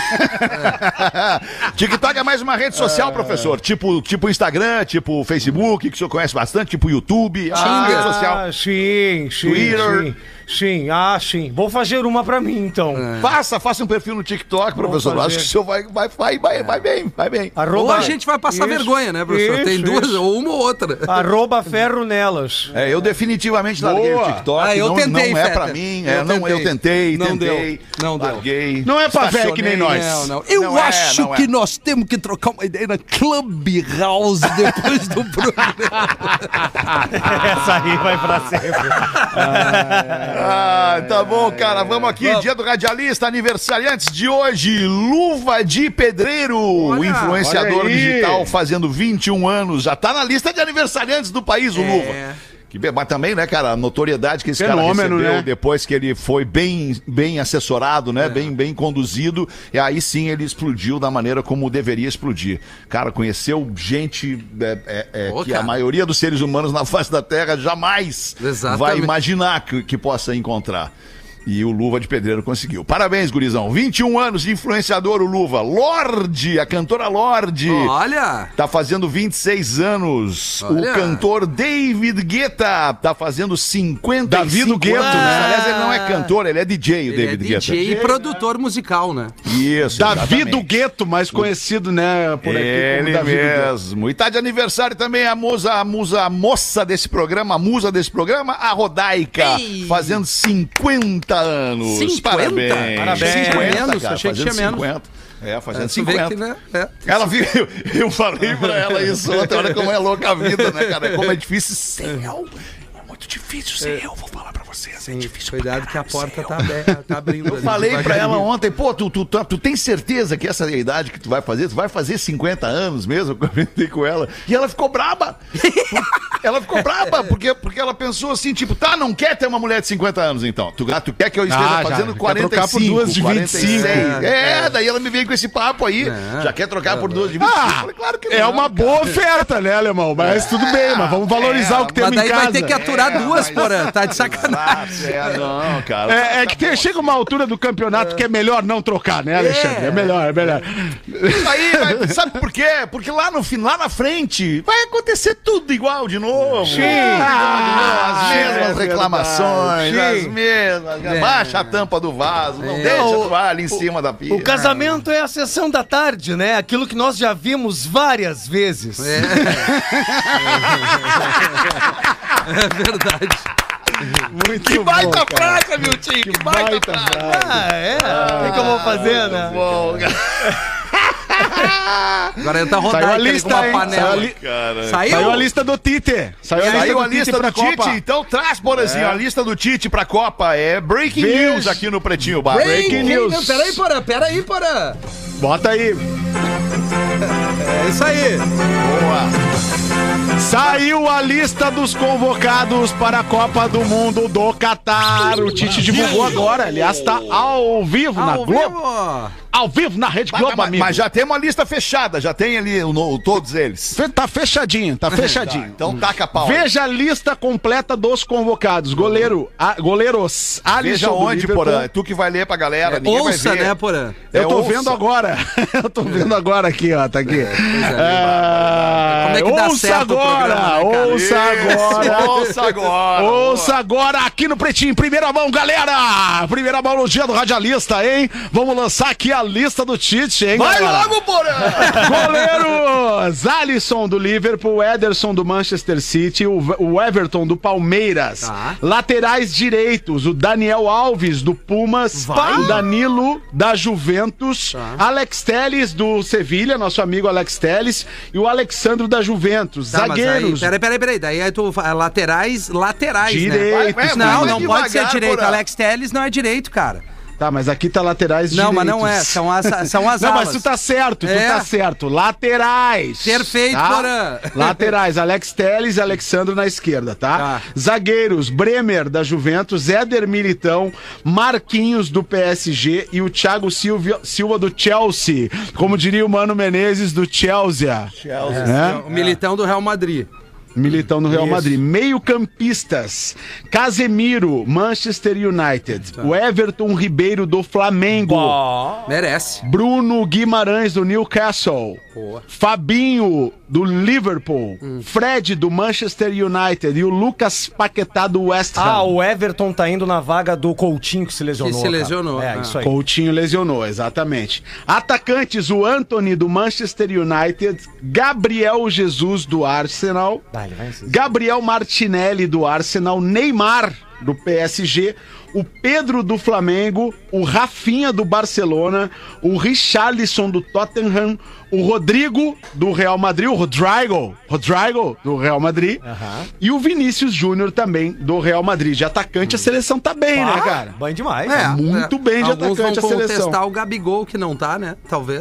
Speaker 5: TikTok é mais uma rede social, professor. Tipo, tipo Instagram, tipo Facebook, que o senhor conhece bastante, tipo YouTube. Ah, rede social.
Speaker 6: Ah, sim, sim,
Speaker 5: Twitter.
Speaker 6: sim. Sim, ah, sim. Vou fazer uma pra mim, então.
Speaker 5: Faça, faça um perfil no TikTok, professor. Eu
Speaker 6: fazer.
Speaker 5: Acho que o senhor vai, vai, vai, vai, vai bem, vai bem.
Speaker 4: Ou
Speaker 6: Arroba...
Speaker 4: a gente vai passar
Speaker 6: Isso,
Speaker 4: vergonha, né, professor? Tem
Speaker 6: isso,
Speaker 4: duas,
Speaker 6: isso.
Speaker 4: ou uma ou outra.
Speaker 6: Arroba ferro nelas.
Speaker 5: É, eu definitivamente larguei o
Speaker 7: Boa.
Speaker 5: TikTok.
Speaker 4: Ah, eu
Speaker 5: não,
Speaker 4: tentei,
Speaker 5: não é
Speaker 4: Fetter.
Speaker 5: pra mim. É,
Speaker 4: Eu
Speaker 5: não, eu tentei,
Speaker 4: Não
Speaker 5: tentei.
Speaker 4: deu, não deu.
Speaker 5: Larguei.
Speaker 7: Não é pra velho que nem nós.
Speaker 4: Não, não. Eu
Speaker 5: Não é,
Speaker 4: acho
Speaker 5: não é.
Speaker 4: que nós temos que trocar uma ideia na Clubhouse depois do programa.
Speaker 6: Essa aí vai pra sempre.
Speaker 5: Ah, tá bom, cara. Vamos aqui. Dia do radialista, aniversariantes de hoje. Luva de Pedreiro, o influenciador
Speaker 7: olha aí.
Speaker 5: digital fazendo vinte e um anos. Já tá na lista de aniversariantes do país, o Luva. Que, mas também, né, cara, a notoriedade que esse
Speaker 7: Fenômeno,
Speaker 5: cara recebeu
Speaker 7: né?
Speaker 5: depois que ele foi bem, bem assessorado, né, é. bem, bem conduzido, e aí sim ele explodiu da maneira como deveria explodir. Cara, conheceu gente é, é, é, Pô, que cara. a maioria dos seres humanos na face da Terra jamais Exatamente. vai imaginar que, que possa encontrar. E o Luva de Pedreiro conseguiu. Parabéns, gurizão. vinte e um anos de influenciador, o Luva. Lorde, a cantora Lorde.
Speaker 4: Olha!
Speaker 5: Tá fazendo vinte e seis anos.
Speaker 4: Olha.
Speaker 5: O cantor David Guetta tá fazendo cinquenta e cinco
Speaker 7: David Guetta,
Speaker 5: anos.
Speaker 7: né?
Speaker 5: Aliás, ele não é cantor, ele é D J, o
Speaker 4: Ele
Speaker 5: David
Speaker 4: é D J
Speaker 5: Guetta.
Speaker 4: e produtor musical, né?
Speaker 5: Isso,
Speaker 7: Davi do
Speaker 5: exatamente.
Speaker 7: Gueto, mais conhecido, né, por aqui
Speaker 5: Ele
Speaker 7: como Davi do Gueto.
Speaker 5: mesmo. E tá de aniversário também a musa, a musa, a moça desse programa, a musa desse programa, a Rodaica,
Speaker 4: Ei.
Speaker 5: fazendo cinquenta anos.
Speaker 4: cinquenta?
Speaker 5: Parabéns.
Speaker 6: Parabéns.
Speaker 5: cinquenta,
Speaker 4: Menos,
Speaker 5: cara,
Speaker 4: achei que
Speaker 5: fazendo
Speaker 4: tinha menos.
Speaker 5: cinquenta. É, fazendo
Speaker 4: É, tu vê
Speaker 5: cinquenta.
Speaker 4: que, né? É.
Speaker 5: Ela viu, eu falei pra ela isso ontem, olha como é louca a vida, né, cara? Como é difícil ser eu. É muito difícil ser eu, vou falar pra vocês.
Speaker 4: Sim,
Speaker 5: é difícil
Speaker 4: cuidado
Speaker 5: pra
Speaker 4: que a
Speaker 5: caralho
Speaker 4: porta
Speaker 5: ser
Speaker 4: tá,
Speaker 5: eu.
Speaker 4: aberta, tá abrindo.
Speaker 5: Eu
Speaker 4: ali,
Speaker 5: falei pra
Speaker 4: devagarinho.
Speaker 5: ela ontem, pô, tu, tu, tu, tu tem certeza que essa é a idade que tu vai fazer? Tu vai fazer cinquenta anos mesmo? Eu comentei com ela. E ela ficou braba. Ela ficou braba, porque, porque ela pensou assim, tipo, tá, não quer ter uma mulher de cinquenta anos, então. Tu, tu quer que eu esteja
Speaker 7: Ah, já,
Speaker 5: fazendo
Speaker 7: quer
Speaker 5: quarenta e
Speaker 7: trocar por
Speaker 5: cinco,
Speaker 7: duas de vinte e cinco.
Speaker 5: quarenta e seis. É,
Speaker 4: É,
Speaker 5: daí ela me veio com esse papo aí.
Speaker 4: É,
Speaker 5: já quer trocar por duas de vinte e cinco?
Speaker 7: Ah,
Speaker 5: Eu falei, claro que
Speaker 7: é
Speaker 5: não,
Speaker 7: uma
Speaker 5: cara.
Speaker 7: boa oferta, né, alemão? Mas tudo bem, mas vamos valorizar
Speaker 5: é,
Speaker 7: o que temos
Speaker 4: Mas
Speaker 7: em
Speaker 4: daí
Speaker 7: casa.
Speaker 4: vai ter que aturar
Speaker 5: É,
Speaker 4: duas,
Speaker 5: mas-
Speaker 4: porra. Tá de sacanagem.
Speaker 5: Ah, é, não, cara.
Speaker 7: É, é
Speaker 5: Tá
Speaker 7: que tem-
Speaker 5: bom.
Speaker 7: chega uma altura do campeonato que é melhor não trocar, né, Alexandre? É, melhor, é melhor.
Speaker 5: Aí, vai- sabe por quê? Porque lá no fim, lá na frente, vai acontecer tudo igual de novo. Sim. As mesmas
Speaker 7: é
Speaker 5: reclamações,
Speaker 6: verdade.
Speaker 5: as mesmas.
Speaker 4: É.
Speaker 5: Baixa a tampa do vaso, não
Speaker 4: É.
Speaker 5: deixa
Speaker 6: O-
Speaker 5: a toalha em cima da pia.
Speaker 6: O casamento é a sessão da tarde, né? Aquilo que nós já vimos várias vezes.
Speaker 4: É. É verdade.
Speaker 7: Muito
Speaker 5: Que
Speaker 7: bom,
Speaker 5: baita
Speaker 7: cara.
Speaker 5: frase, meu tio, que, baita,
Speaker 7: baita
Speaker 5: frase.
Speaker 7: frase.
Speaker 6: Ah, é? O que, que eu vou fazer, né?
Speaker 5: Bom,
Speaker 4: Agora ele tá
Speaker 7: Saiu
Speaker 4: rodando
Speaker 7: a
Speaker 4: aquele
Speaker 7: lista,
Speaker 4: com uma
Speaker 7: hein?
Speaker 4: panela.
Speaker 7: Saiu a li-
Speaker 5: cara.
Speaker 4: Saiu?
Speaker 7: Saiu a lista do Tite. Saiu a lista
Speaker 5: Saiu
Speaker 7: do
Speaker 5: a
Speaker 7: Tite
Speaker 5: lista
Speaker 7: pra
Speaker 5: do Tite,
Speaker 7: Copa.
Speaker 5: então traz, Borazinho, a lista do Tite pra Copa. É breaking
Speaker 7: Veja.
Speaker 5: news aqui no Pretinho Básico.
Speaker 7: Breaking news.
Speaker 4: Peraí, porra, peraí, porra.
Speaker 7: Bota aí.
Speaker 4: É isso aí.
Speaker 5: Boa.
Speaker 7: Saiu a lista dos convocados para a Copa do Mundo do Catar. O Tite divulgou agora. Aliás, tá ao vivo na
Speaker 4: Ao
Speaker 7: Globo.
Speaker 4: vivo.
Speaker 7: Ao vivo na Rede
Speaker 5: Mas,
Speaker 7: Globo,
Speaker 5: mas-
Speaker 7: amigo.
Speaker 5: mas já tem uma lista fechada, já tem ali o, no- todos eles.
Speaker 7: Fe- Tá fechadinho, tá fechadinho.
Speaker 5: Então taca a pau.
Speaker 7: Veja a lista completa dos convocados. Goleiro, a, goleiros.
Speaker 5: Veja
Speaker 7: Alisson do
Speaker 5: onde,
Speaker 7: Liverpool.
Speaker 5: Porã. É tu que vai ler pra galera. ninguém
Speaker 4: Ouça,
Speaker 5: vai ver.
Speaker 4: né, porra?
Speaker 7: Eu
Speaker 5: É,
Speaker 7: tô
Speaker 5: ouça.
Speaker 7: vendo agora. Eu tô vendo agora aqui, ó. Tá aqui. Ah,
Speaker 4: Como é que dá
Speaker 7: ouça
Speaker 4: certo o
Speaker 7: agora.
Speaker 4: programa, né, cara?
Speaker 7: ouça agora.
Speaker 5: Ouça agora.
Speaker 7: Ouça agora aqui no Pretinho, em primeira mão, galera! Primeira mão no dia do radialista, hein? Vamos lançar aqui a lista do Tite, hein,
Speaker 5: Vai
Speaker 7: galera?
Speaker 5: logo, Porã.
Speaker 7: Goleiros! Alisson do Liverpool, Ederson do Manchester City, o, o Everton do Palmeiras.
Speaker 4: Tá.
Speaker 7: Laterais direitos, o Daniel Alves do Pumas,
Speaker 4: Vai.
Speaker 7: o Danilo da Juventus,
Speaker 4: Tá.
Speaker 7: Alex Telles do Sevilha, nosso amigo Alex Telles, e o Alexandro da Juventus.
Speaker 4: Tá, mas aí,
Speaker 7: Zagueiros.
Speaker 4: peraí, peraí, peraí. Daí aí tu fa- laterais, laterais,
Speaker 7: Direitos.
Speaker 4: né?
Speaker 5: Vai, vai,
Speaker 4: Não,
Speaker 5: vai
Speaker 4: não pode ser
Speaker 5: devagar,
Speaker 4: direito.
Speaker 5: Porã.
Speaker 4: Alex Telles não é direito, cara.
Speaker 7: Tá, mas aqui tá laterais
Speaker 4: Não,
Speaker 7: direitos.
Speaker 4: mas não é. São as, são as
Speaker 7: Não,
Speaker 4: alas.
Speaker 7: mas tu tá certo, tu
Speaker 4: É.
Speaker 7: tá certo. Laterais.
Speaker 4: Perfeito, Porã.
Speaker 7: Laterais, Alex Telles e Alexandro na esquerda, tá?
Speaker 4: Tá.
Speaker 7: Zagueiros, Bremer da Juventus, Éder Militão, Marquinhos do P S G e o Thiago Silva, Silva do Chelsea. Como diria o Mano Menezes do Chelsea.
Speaker 5: Chelsea.
Speaker 7: Né?
Speaker 4: O militão do Real Madrid.
Speaker 7: Militão no Real Madrid. Meio-campistas: Casemiro, Manchester United. O Everton Ribeiro do Flamengo.
Speaker 4: Merece.
Speaker 7: Bruno Guimarães do Newcastle.
Speaker 4: Boa.
Speaker 7: Fabinho do Liverpool. Fred do Manchester United. E o Lucas Paquetá do West Ham.
Speaker 6: Ah, o Everton tá indo na vaga do Coutinho que se lesionou.
Speaker 4: Que se
Speaker 6: cara.
Speaker 4: lesionou,
Speaker 6: É,
Speaker 4: ah.
Speaker 6: isso aí.
Speaker 7: Coutinho lesionou, exatamente. Atacantes: o Anthony do Manchester United. Gabriel Jesus do Arsenal.
Speaker 6: Ah, ele vai insistir.
Speaker 7: Gabriel Martinelli do Arsenal, Neymar do P S G, o Pedro do Flamengo, o Rafinha do Barcelona, o Richarlison do Tottenham, o Rodrigo do Real Madrid, o Rodrigo, Rodrigo do Real Madrid, e o Vinícius Júnior também do Real Madrid. De atacante a seleção tá bem, né, cara?
Speaker 6: Bom demais.
Speaker 4: É,
Speaker 7: muito bem de
Speaker 4: Alguns
Speaker 7: atacante
Speaker 4: vão
Speaker 7: a seleção.
Speaker 4: contestar o Gabigol, que não tá, né? Talvez, né?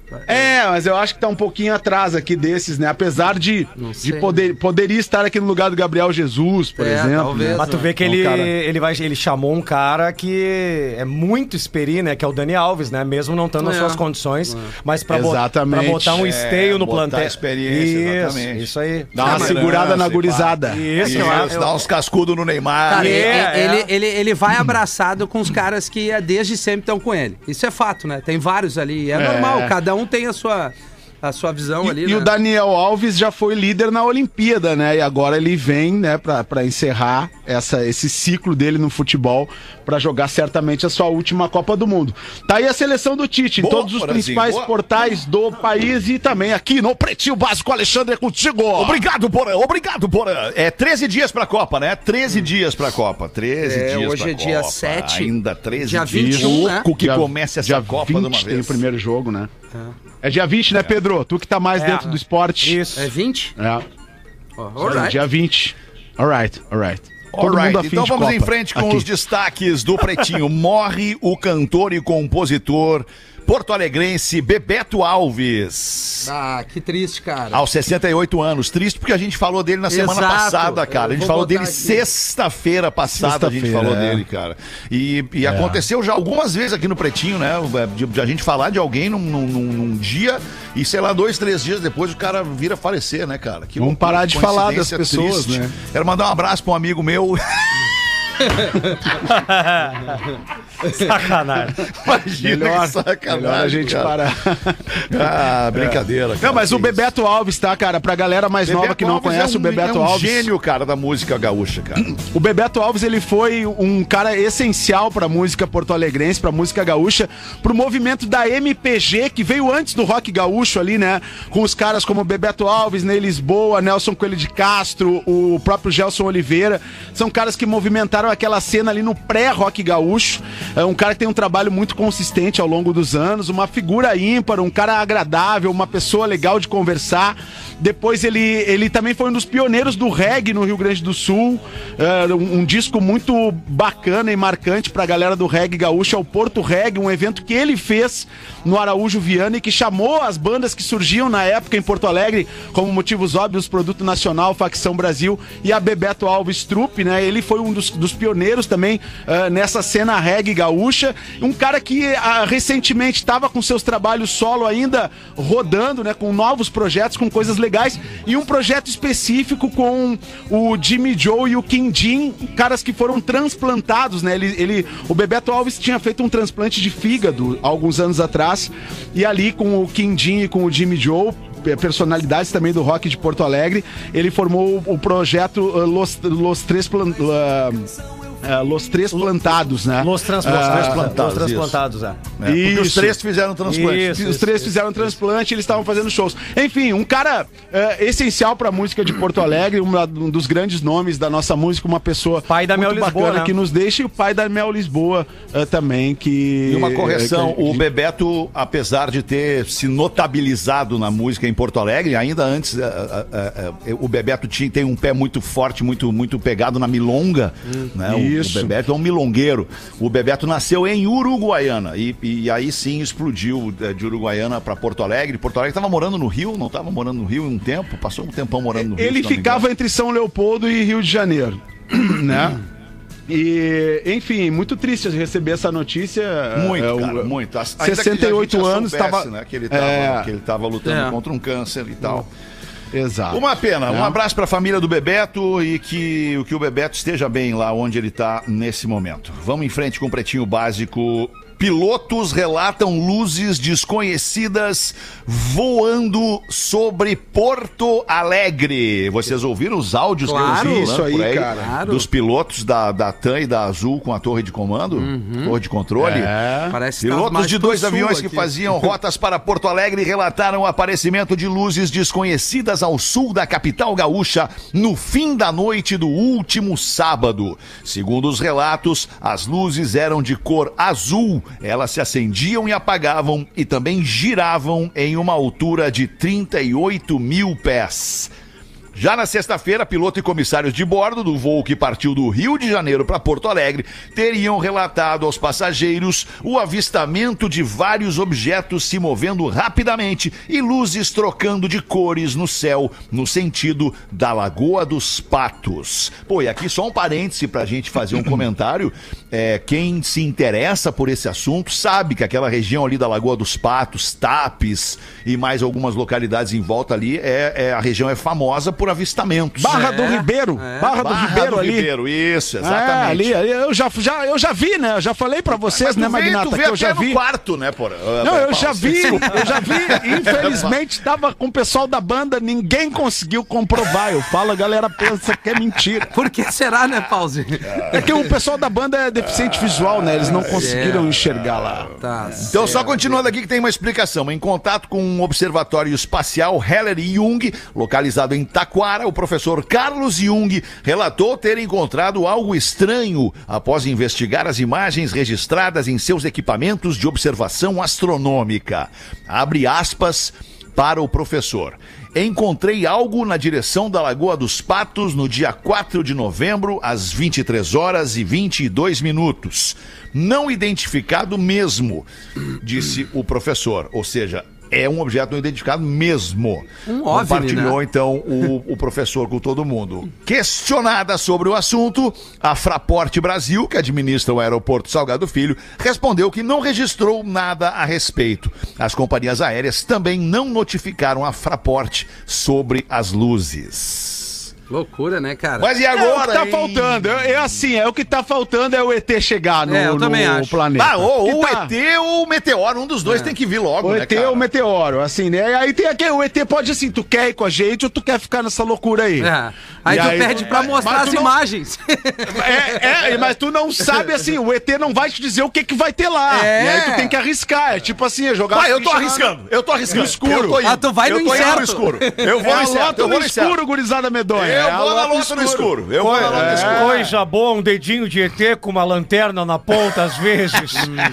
Speaker 7: É, mas eu acho que tá um pouquinho atrás aqui desses, né? Apesar de, de poder, poderia estar aqui no lugar do Gabriel Jesus, por
Speaker 4: É,
Speaker 7: exemplo.
Speaker 4: talvez,
Speaker 7: né?
Speaker 6: Mas tu vê que
Speaker 7: É um
Speaker 6: ele,
Speaker 7: cara-
Speaker 6: ele, vai, ele chamou um cara que é muito experi, né? Que é o Dani Alves, né? Mesmo não estando nas
Speaker 4: É.
Speaker 6: suas condições, mas pra, bo-
Speaker 7: Exatamente.
Speaker 6: pra botar um esteio no
Speaker 5: botar
Speaker 6: plantel.
Speaker 5: experiência,
Speaker 6: isso,
Speaker 5: exatamente.
Speaker 6: isso aí.
Speaker 7: Dá uma
Speaker 5: Dá
Speaker 7: segurada
Speaker 5: uma
Speaker 7: na
Speaker 5: herança,
Speaker 7: gurizada.
Speaker 6: Isso,
Speaker 5: Isso,
Speaker 6: eu acho.
Speaker 5: dá uns cascudos no Neymar.
Speaker 4: Cara,
Speaker 6: É,
Speaker 4: ele,
Speaker 6: é.
Speaker 4: ele, ele, ele vai abraçado com os caras que é, desde sempre estão com ele. Isso é fato, né? Tem vários ali. É,
Speaker 7: É.
Speaker 4: normal, cada um tem a sua, a sua visão
Speaker 7: E,
Speaker 4: ali,
Speaker 7: e
Speaker 4: né?
Speaker 7: o Daniel Alves já foi líder na Olimpíada, né? E agora ele vem, né, pra, pra encerrar essa, esse ciclo dele no futebol pra jogar certamente a sua última Copa do Mundo. Tá aí a seleção do Tite em
Speaker 5: Boa,
Speaker 7: todos os
Speaker 5: Porazinho,
Speaker 7: principais
Speaker 5: boa.
Speaker 7: portais do país e também aqui no Pretinho Básico. Alexandre, é contigo!
Speaker 5: Obrigado, Porã. Obrigado, Porã. É treze dias pra Copa, né? treze dias pra Copa. treze
Speaker 4: É,
Speaker 5: dias
Speaker 4: hoje
Speaker 5: pra
Speaker 4: é dia
Speaker 5: Copa.
Speaker 4: sete,
Speaker 5: Ainda treze
Speaker 4: dia
Speaker 5: dias.
Speaker 4: vinte e um, né?
Speaker 5: Louco que
Speaker 7: Dia-
Speaker 5: comece essa
Speaker 7: dia
Speaker 5: Copa de uma
Speaker 7: vinte tem
Speaker 5: vez.
Speaker 7: o primeiro jogo, né? É, dia vinte, né, Pedro? Tu que tá mais
Speaker 6: É.
Speaker 7: dentro do esporte.
Speaker 6: Isso.
Speaker 4: É vinte?
Speaker 7: É.
Speaker 4: Ó, alright.
Speaker 7: Dia vinte. Alright, alright. Todo
Speaker 5: Alright,
Speaker 7: mundo afim
Speaker 5: então
Speaker 7: de
Speaker 5: vamos em
Speaker 7: Copa.
Speaker 5: frente com
Speaker 7: Aqui.
Speaker 5: os destaques do Pretinho. Morre o cantor e compositor porto-alegrense Bebeto Alves.
Speaker 4: Ah, que triste, cara.
Speaker 5: Aos sessenta e oito anos. Triste porque a gente falou dele na semana
Speaker 4: Exato.
Speaker 5: passada, cara. A
Speaker 4: Eu
Speaker 5: gente
Speaker 4: vou
Speaker 5: falou
Speaker 4: botar
Speaker 5: dele
Speaker 4: aqui.
Speaker 5: sexta-feira passada, a gente
Speaker 7: Sexta-feira,
Speaker 5: falou
Speaker 7: é.
Speaker 5: dele, cara. E, e aconteceu já algumas vezes aqui no Pretinho, né? De, de a gente falar de alguém num, num- num- num dia e, sei lá, dois, três dias depois o cara vira falecer, né, cara? Que
Speaker 7: Vamos
Speaker 5: loucura,
Speaker 7: parar de
Speaker 5: que
Speaker 7: falar das
Speaker 5: coincidência
Speaker 7: pessoas,
Speaker 5: triste.
Speaker 7: né?
Speaker 5: Quero mandar um abraço pra um amigo meu.
Speaker 6: Sacanagem.
Speaker 5: Imagina
Speaker 7: Melhor,
Speaker 5: que sacanagem,
Speaker 7: melhor a gente
Speaker 5: cara.
Speaker 7: parar.
Speaker 5: Ah, brincadeira. cara.
Speaker 7: Não, mas o
Speaker 5: Que isso.
Speaker 7: Bebeto Alves, tá, cara? Pra galera mais nova
Speaker 5: Bebeto
Speaker 7: que não
Speaker 5: Alves
Speaker 7: conhece
Speaker 5: é um,
Speaker 7: o Bebeto
Speaker 5: é um
Speaker 7: Alves.
Speaker 5: gênio, cara, da música gaúcha, cara.
Speaker 7: O Bebeto Alves, ele foi um cara essencial pra música porto-alegrense, pra música gaúcha, pro movimento da M P G, que veio antes do rock gaúcho ali, né? Com os caras como Bebeto Alves, Ney Lisboa, Nelson Coelho de Castro, o próprio Gelson Oliveira. São caras que movimentaram aquela cena ali no pré-rock gaúcho. É um cara que tem um trabalho muito consistente ao longo dos anos, uma figura ímpar, um cara agradável, uma pessoa legal de conversar. Depois ele, ele também foi um dos pioneiros do reggae no Rio Grande do Sul. É, um, um disco muito bacana e marcante pra galera do reggae gaúcho, é o Porto Reggae, um evento que ele fez no Araújo Viana e que chamou as bandas que surgiam na época em Porto Alegre, como Motivos Óbvios, Produto Nacional, Facção Brasil e a Bebeto Alves Trupe, né? Ele foi um dos, dos pioneiros também uh, nessa cena reggae gaúcha. Um cara que uh, recentemente estava com seus trabalhos solo ainda rodando, né? Com novos projetos, com coisas legais e um projeto específico com o Jimmy Joe e o Quindim, caras que foram transplantados, né? Ele, ele, o Bebeto Alves tinha feito um transplante de fígado há alguns anos atrás e ali com o Quindim e com o Jimmy Joe, personalidades também do rock de Porto Alegre, ele formou o projeto uh, Los, Los Três Plan, uh, uh, Los Três Plantados, né?
Speaker 6: Los, trans,
Speaker 7: Ah,
Speaker 6: los
Speaker 5: transplantados,
Speaker 6: Los transplantados, é.
Speaker 5: É, porque os
Speaker 7: Isso.
Speaker 5: três fizeram transplante.
Speaker 6: Isso.
Speaker 7: Os três fizeram transplante e eles estavam fazendo shows. Enfim, um cara é, essencial pra música de Porto Alegre, um, um dos grandes nomes da nossa música, uma pessoa
Speaker 6: Pai da Mel
Speaker 7: muito
Speaker 6: Lisboa,
Speaker 7: bacana
Speaker 6: né?
Speaker 7: que nos deixa, e o pai da Mel Lisboa é, também, que...
Speaker 5: E uma correção,
Speaker 7: é, que-
Speaker 5: o Bebeto, apesar de ter se notabilizado na música em Porto Alegre, ainda antes, é, é, é, o Bebeto tinha, tem um pé muito forte, muito, muito pegado na milonga, né? O-
Speaker 7: Isso.
Speaker 5: O, Bebeto é um milongueiro. O Bebeto nasceu em Uruguaiana e, e aí sim explodiu é, de Uruguaiana para Porto Alegre. Porto Alegre estava morando no Rio, não estava morando no Rio em um tempo, passou um tempão morando no Rio.
Speaker 7: Ele
Speaker 5: se não me
Speaker 7: ficava
Speaker 5: engano.
Speaker 7: entre São Leopoldo e Rio de Janeiro, né? E, enfim, muito triste receber essa notícia.
Speaker 5: Muito,
Speaker 7: é, o-
Speaker 5: cara, muito. Ainda que
Speaker 7: sessenta e oito
Speaker 5: a gente já
Speaker 7: anos,
Speaker 5: soubesse,
Speaker 7: tava-
Speaker 5: né, que ele tava,
Speaker 7: É.
Speaker 5: que ele tava lutando
Speaker 4: É.
Speaker 5: contra um câncer e tal.
Speaker 7: Exato.
Speaker 5: Uma pena. Um
Speaker 7: É.
Speaker 5: abraço para a família do Bebeto e que, que o Bebeto esteja bem lá onde ele está nesse momento. Vamos em frente com o Pretinho Básico. Pilotos relatam luzes desconhecidas voando sobre Porto Alegre. Vocês ouviram os áudios
Speaker 4: Claro.
Speaker 5: que eu
Speaker 7: Isso
Speaker 5: ouvi
Speaker 7: aí,
Speaker 5: por
Speaker 7: cara.
Speaker 4: Claro.
Speaker 5: dos pilotos da, da TAM e da Azul com a torre de comando, torre de controle?
Speaker 7: É.
Speaker 4: Parece que tá
Speaker 5: Pilotos
Speaker 4: mais
Speaker 5: de
Speaker 4: pro
Speaker 5: dois
Speaker 4: sul
Speaker 5: aviões que
Speaker 4: aqui.
Speaker 5: faziam rotas para Porto Alegre relataram o aparecimento de luzes desconhecidas ao sul da capital gaúcha no fim da noite do último sábado. Segundo os relatos, as luzes eram de cor azul, elas se acendiam e apagavam e também giravam em uma altura de trinta e oito mil pés. Já na sexta-feira, piloto e comissários de bordo do voo que partiu do Rio de Janeiro para Porto Alegre teriam relatado aos passageiros o avistamento de vários objetos se movendo rapidamente e luzes trocando de cores no céu, no sentido da Lagoa dos Patos. Pô, e aqui só um parêntese pra gente fazer um comentário. É, quem se interessa por esse assunto sabe que aquela região ali da Lagoa dos Patos, Tapes e mais algumas localidades em volta ali, é, é, a região é famosa por avistamentos.
Speaker 7: Barra
Speaker 5: é.
Speaker 7: do Ribeiro.
Speaker 5: É.
Speaker 7: Barra,
Speaker 5: Barra
Speaker 7: do Ribeiro
Speaker 5: do
Speaker 7: ali.
Speaker 5: Ribeiro, isso, exatamente.
Speaker 7: É, ali, ali, eu, já, já, eu já vi, né? Eu já falei pra vocês, né, Magnata, que eu já vi.
Speaker 5: No quarto, né, por...
Speaker 7: Não, eu já vi, eu já vi. Infelizmente, tava com o pessoal da banda, ninguém conseguiu comprovar. Eu falo, a galera pensa que é mentira.
Speaker 4: Por que será, né, Pause?
Speaker 7: É que o pessoal da banda é deficiente visual, né? Eles não conseguiram enxergar lá.
Speaker 4: Tá.
Speaker 5: Então, só continuando aqui que tem uma explicação. Em contato com um observatório espacial Heller e Jung, localizado em Taquara, o professor Carlos Jung relatou ter encontrado algo estranho após investigar as imagens registradas em seus equipamentos de observação astronômica. Abre aspas para o professor. Encontrei algo na direção da Lagoa dos Patos no dia quatro de novembro, às vinte e três horas e vinte e dois minutos. Não identificado mesmo, disse o professor. Ou seja, é um objeto não identificado mesmo.
Speaker 4: Um OVNI,
Speaker 5: Compartilhou,
Speaker 4: né?
Speaker 5: então, o, o professor com todo mundo. Questionada sobre o assunto, a Fraport Brasil, que administra o aeroporto Salgado Filho, respondeu que não registrou nada a respeito. As companhias aéreas também não notificaram a Fraport sobre as luzes.
Speaker 4: Loucura, né, cara?
Speaker 5: Mas e
Speaker 7: É o que
Speaker 5: agora,
Speaker 7: tá
Speaker 5: hein?
Speaker 7: faltando. É, é assim, é o que tá faltando é o E T chegar no,
Speaker 4: É, eu também
Speaker 7: no
Speaker 4: acho.
Speaker 7: planeta.
Speaker 5: Ah, ou
Speaker 7: Que
Speaker 5: o
Speaker 7: tá-
Speaker 5: E T ou o Meteoro, um dos dois tem que vir logo,
Speaker 7: O
Speaker 5: né,
Speaker 7: E T
Speaker 5: cara?
Speaker 7: ou o Meteoro, assim, né? Aí tem aquele, o E T pode assim, tu quer ir com a gente ou tu quer ficar nessa loucura aí?
Speaker 4: É. Aí
Speaker 7: E
Speaker 4: tu
Speaker 7: aí-
Speaker 4: pede pra
Speaker 7: mas
Speaker 4: mostrar
Speaker 7: tu
Speaker 4: as
Speaker 7: não-
Speaker 4: imagens.
Speaker 7: É, é, mas tu não sabe assim, o E T não vai te dizer o que que vai ter lá.
Speaker 4: É.
Speaker 7: E aí tu tem que arriscar, é tipo assim, é jogar...
Speaker 5: Vai, eu tô
Speaker 7: ficha
Speaker 5: arriscando, eu tô arriscando.
Speaker 7: No escuro.
Speaker 5: Eu tô indo.
Speaker 4: Ah, tu vai
Speaker 5: eu
Speaker 4: no
Speaker 5: tô indo
Speaker 4: incerto.
Speaker 5: no escuro. Eu vou
Speaker 7: É
Speaker 5: no
Speaker 7: a
Speaker 5: incerto,
Speaker 7: lota
Speaker 5: eu vou
Speaker 7: no
Speaker 5: no incerto.
Speaker 7: escuro, gurizada medonha.
Speaker 5: Eu
Speaker 7: É a
Speaker 5: vou na lota no escuro. Eu vou na lota no escuro.
Speaker 8: Coisa boa, um dedinho de E T com uma lanterna na ponta, às vezes.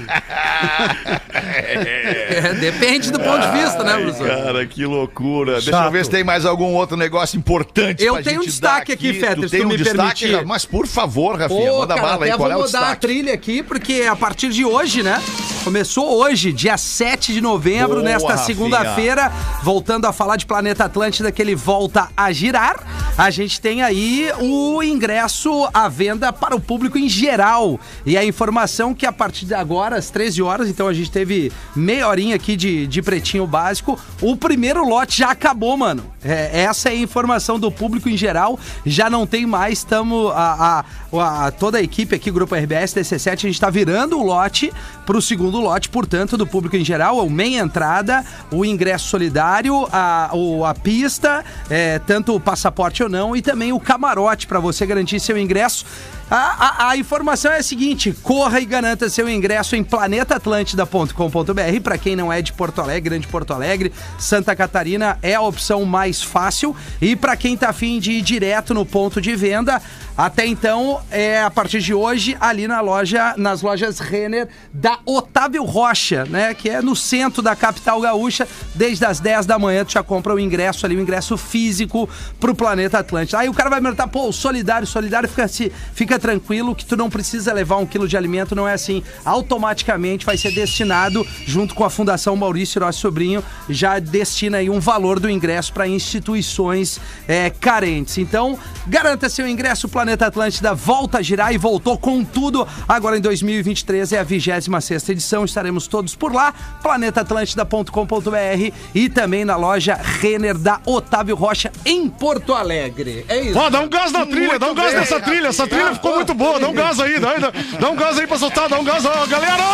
Speaker 4: É, depende do ponto de vista, né,
Speaker 5: Ai,
Speaker 4: professor?
Speaker 5: cara, que loucura. Deixa eu
Speaker 8: Chato.
Speaker 5: ver se tem mais algum outro negócio importante
Speaker 4: Eu
Speaker 5: pra
Speaker 4: tenho
Speaker 5: gente
Speaker 4: um destaque
Speaker 5: dar
Speaker 4: aqui, Fetter,
Speaker 5: Tu
Speaker 4: se
Speaker 5: tem
Speaker 4: tu
Speaker 5: um
Speaker 4: me
Speaker 5: destaque,
Speaker 4: permitir.
Speaker 5: mas por favor, Rafinha,
Speaker 4: Pô,
Speaker 5: manda
Speaker 4: cara,
Speaker 5: bala aí,
Speaker 4: até
Speaker 5: qual é
Speaker 4: vou
Speaker 5: o
Speaker 4: mudar a
Speaker 5: destaque?
Speaker 4: trilha aqui, porque a partir de hoje, né? Começou hoje, dia sete de novembro,
Speaker 5: Boa,
Speaker 4: nesta
Speaker 5: Rafinha.
Speaker 4: segunda-feira, voltando a falar de Planeta Atlântida, que ele volta a girar. A gente tem aí o ingresso à venda para o público em geral. E a informação que a partir de agora, às treze horas, então a gente teve meia horinha aqui de, de pretinho básico, o primeiro lote já acabou, mano. É, essa é a informação do público em geral, já não tem mais, estamos, a, a, a, toda a equipe aqui, Grupo R B S, D C sete, a gente está virando o lote para o segundo lote, portanto, do público em geral, o meia entrada, o ingresso solidário, a, o, a pista, é, tanto o passaporte ou não, e também o camarote para você garantir seu ingresso. A, a, a informação é a seguinte: corra e garanta seu ingresso em planeta atlântida ponto com ponto b r. Para quem não é de Porto Alegre, Grande Porto Alegre, Santa Catarina é a opção mais fácil. E para quem tá afim de ir direto no ponto de venda, até então, é a partir de hoje, ali na loja, nas lojas Renner da Otávio Rocha, né? Que é no centro da capital gaúcha. Desde as dez da manhã, tu já compra o ingresso ali, o ingresso físico pro Planeta Atlântida. Aí o cara vai me perguntar, pô, solidário, solidário, fica, se, fica tranquilo que tu não precisa levar um quilo de alimento, não é assim. Automaticamente vai ser destinado, junto com a Fundação Maurício Rossi Sobrinho, já destina aí um valor do ingresso para instituições é, carentes. Então, garanta seu ingresso, Planeta Atlântida volta a girar e voltou com tudo. Agora em dois mil e vinte e três é a vigésima sexta edição, estaremos todos por lá, planeta atlântida ponto com ponto b r e também na loja Renner da Otávio Rocha em Porto Alegre. É isso.
Speaker 8: Ó, dá um gás na trilha, dá um gás nessa trilha. Essa trilha ficou muito boa. Dá um gás aí, dá, dá, dá um gás aí pra soltar, dá um gás, ó, galera!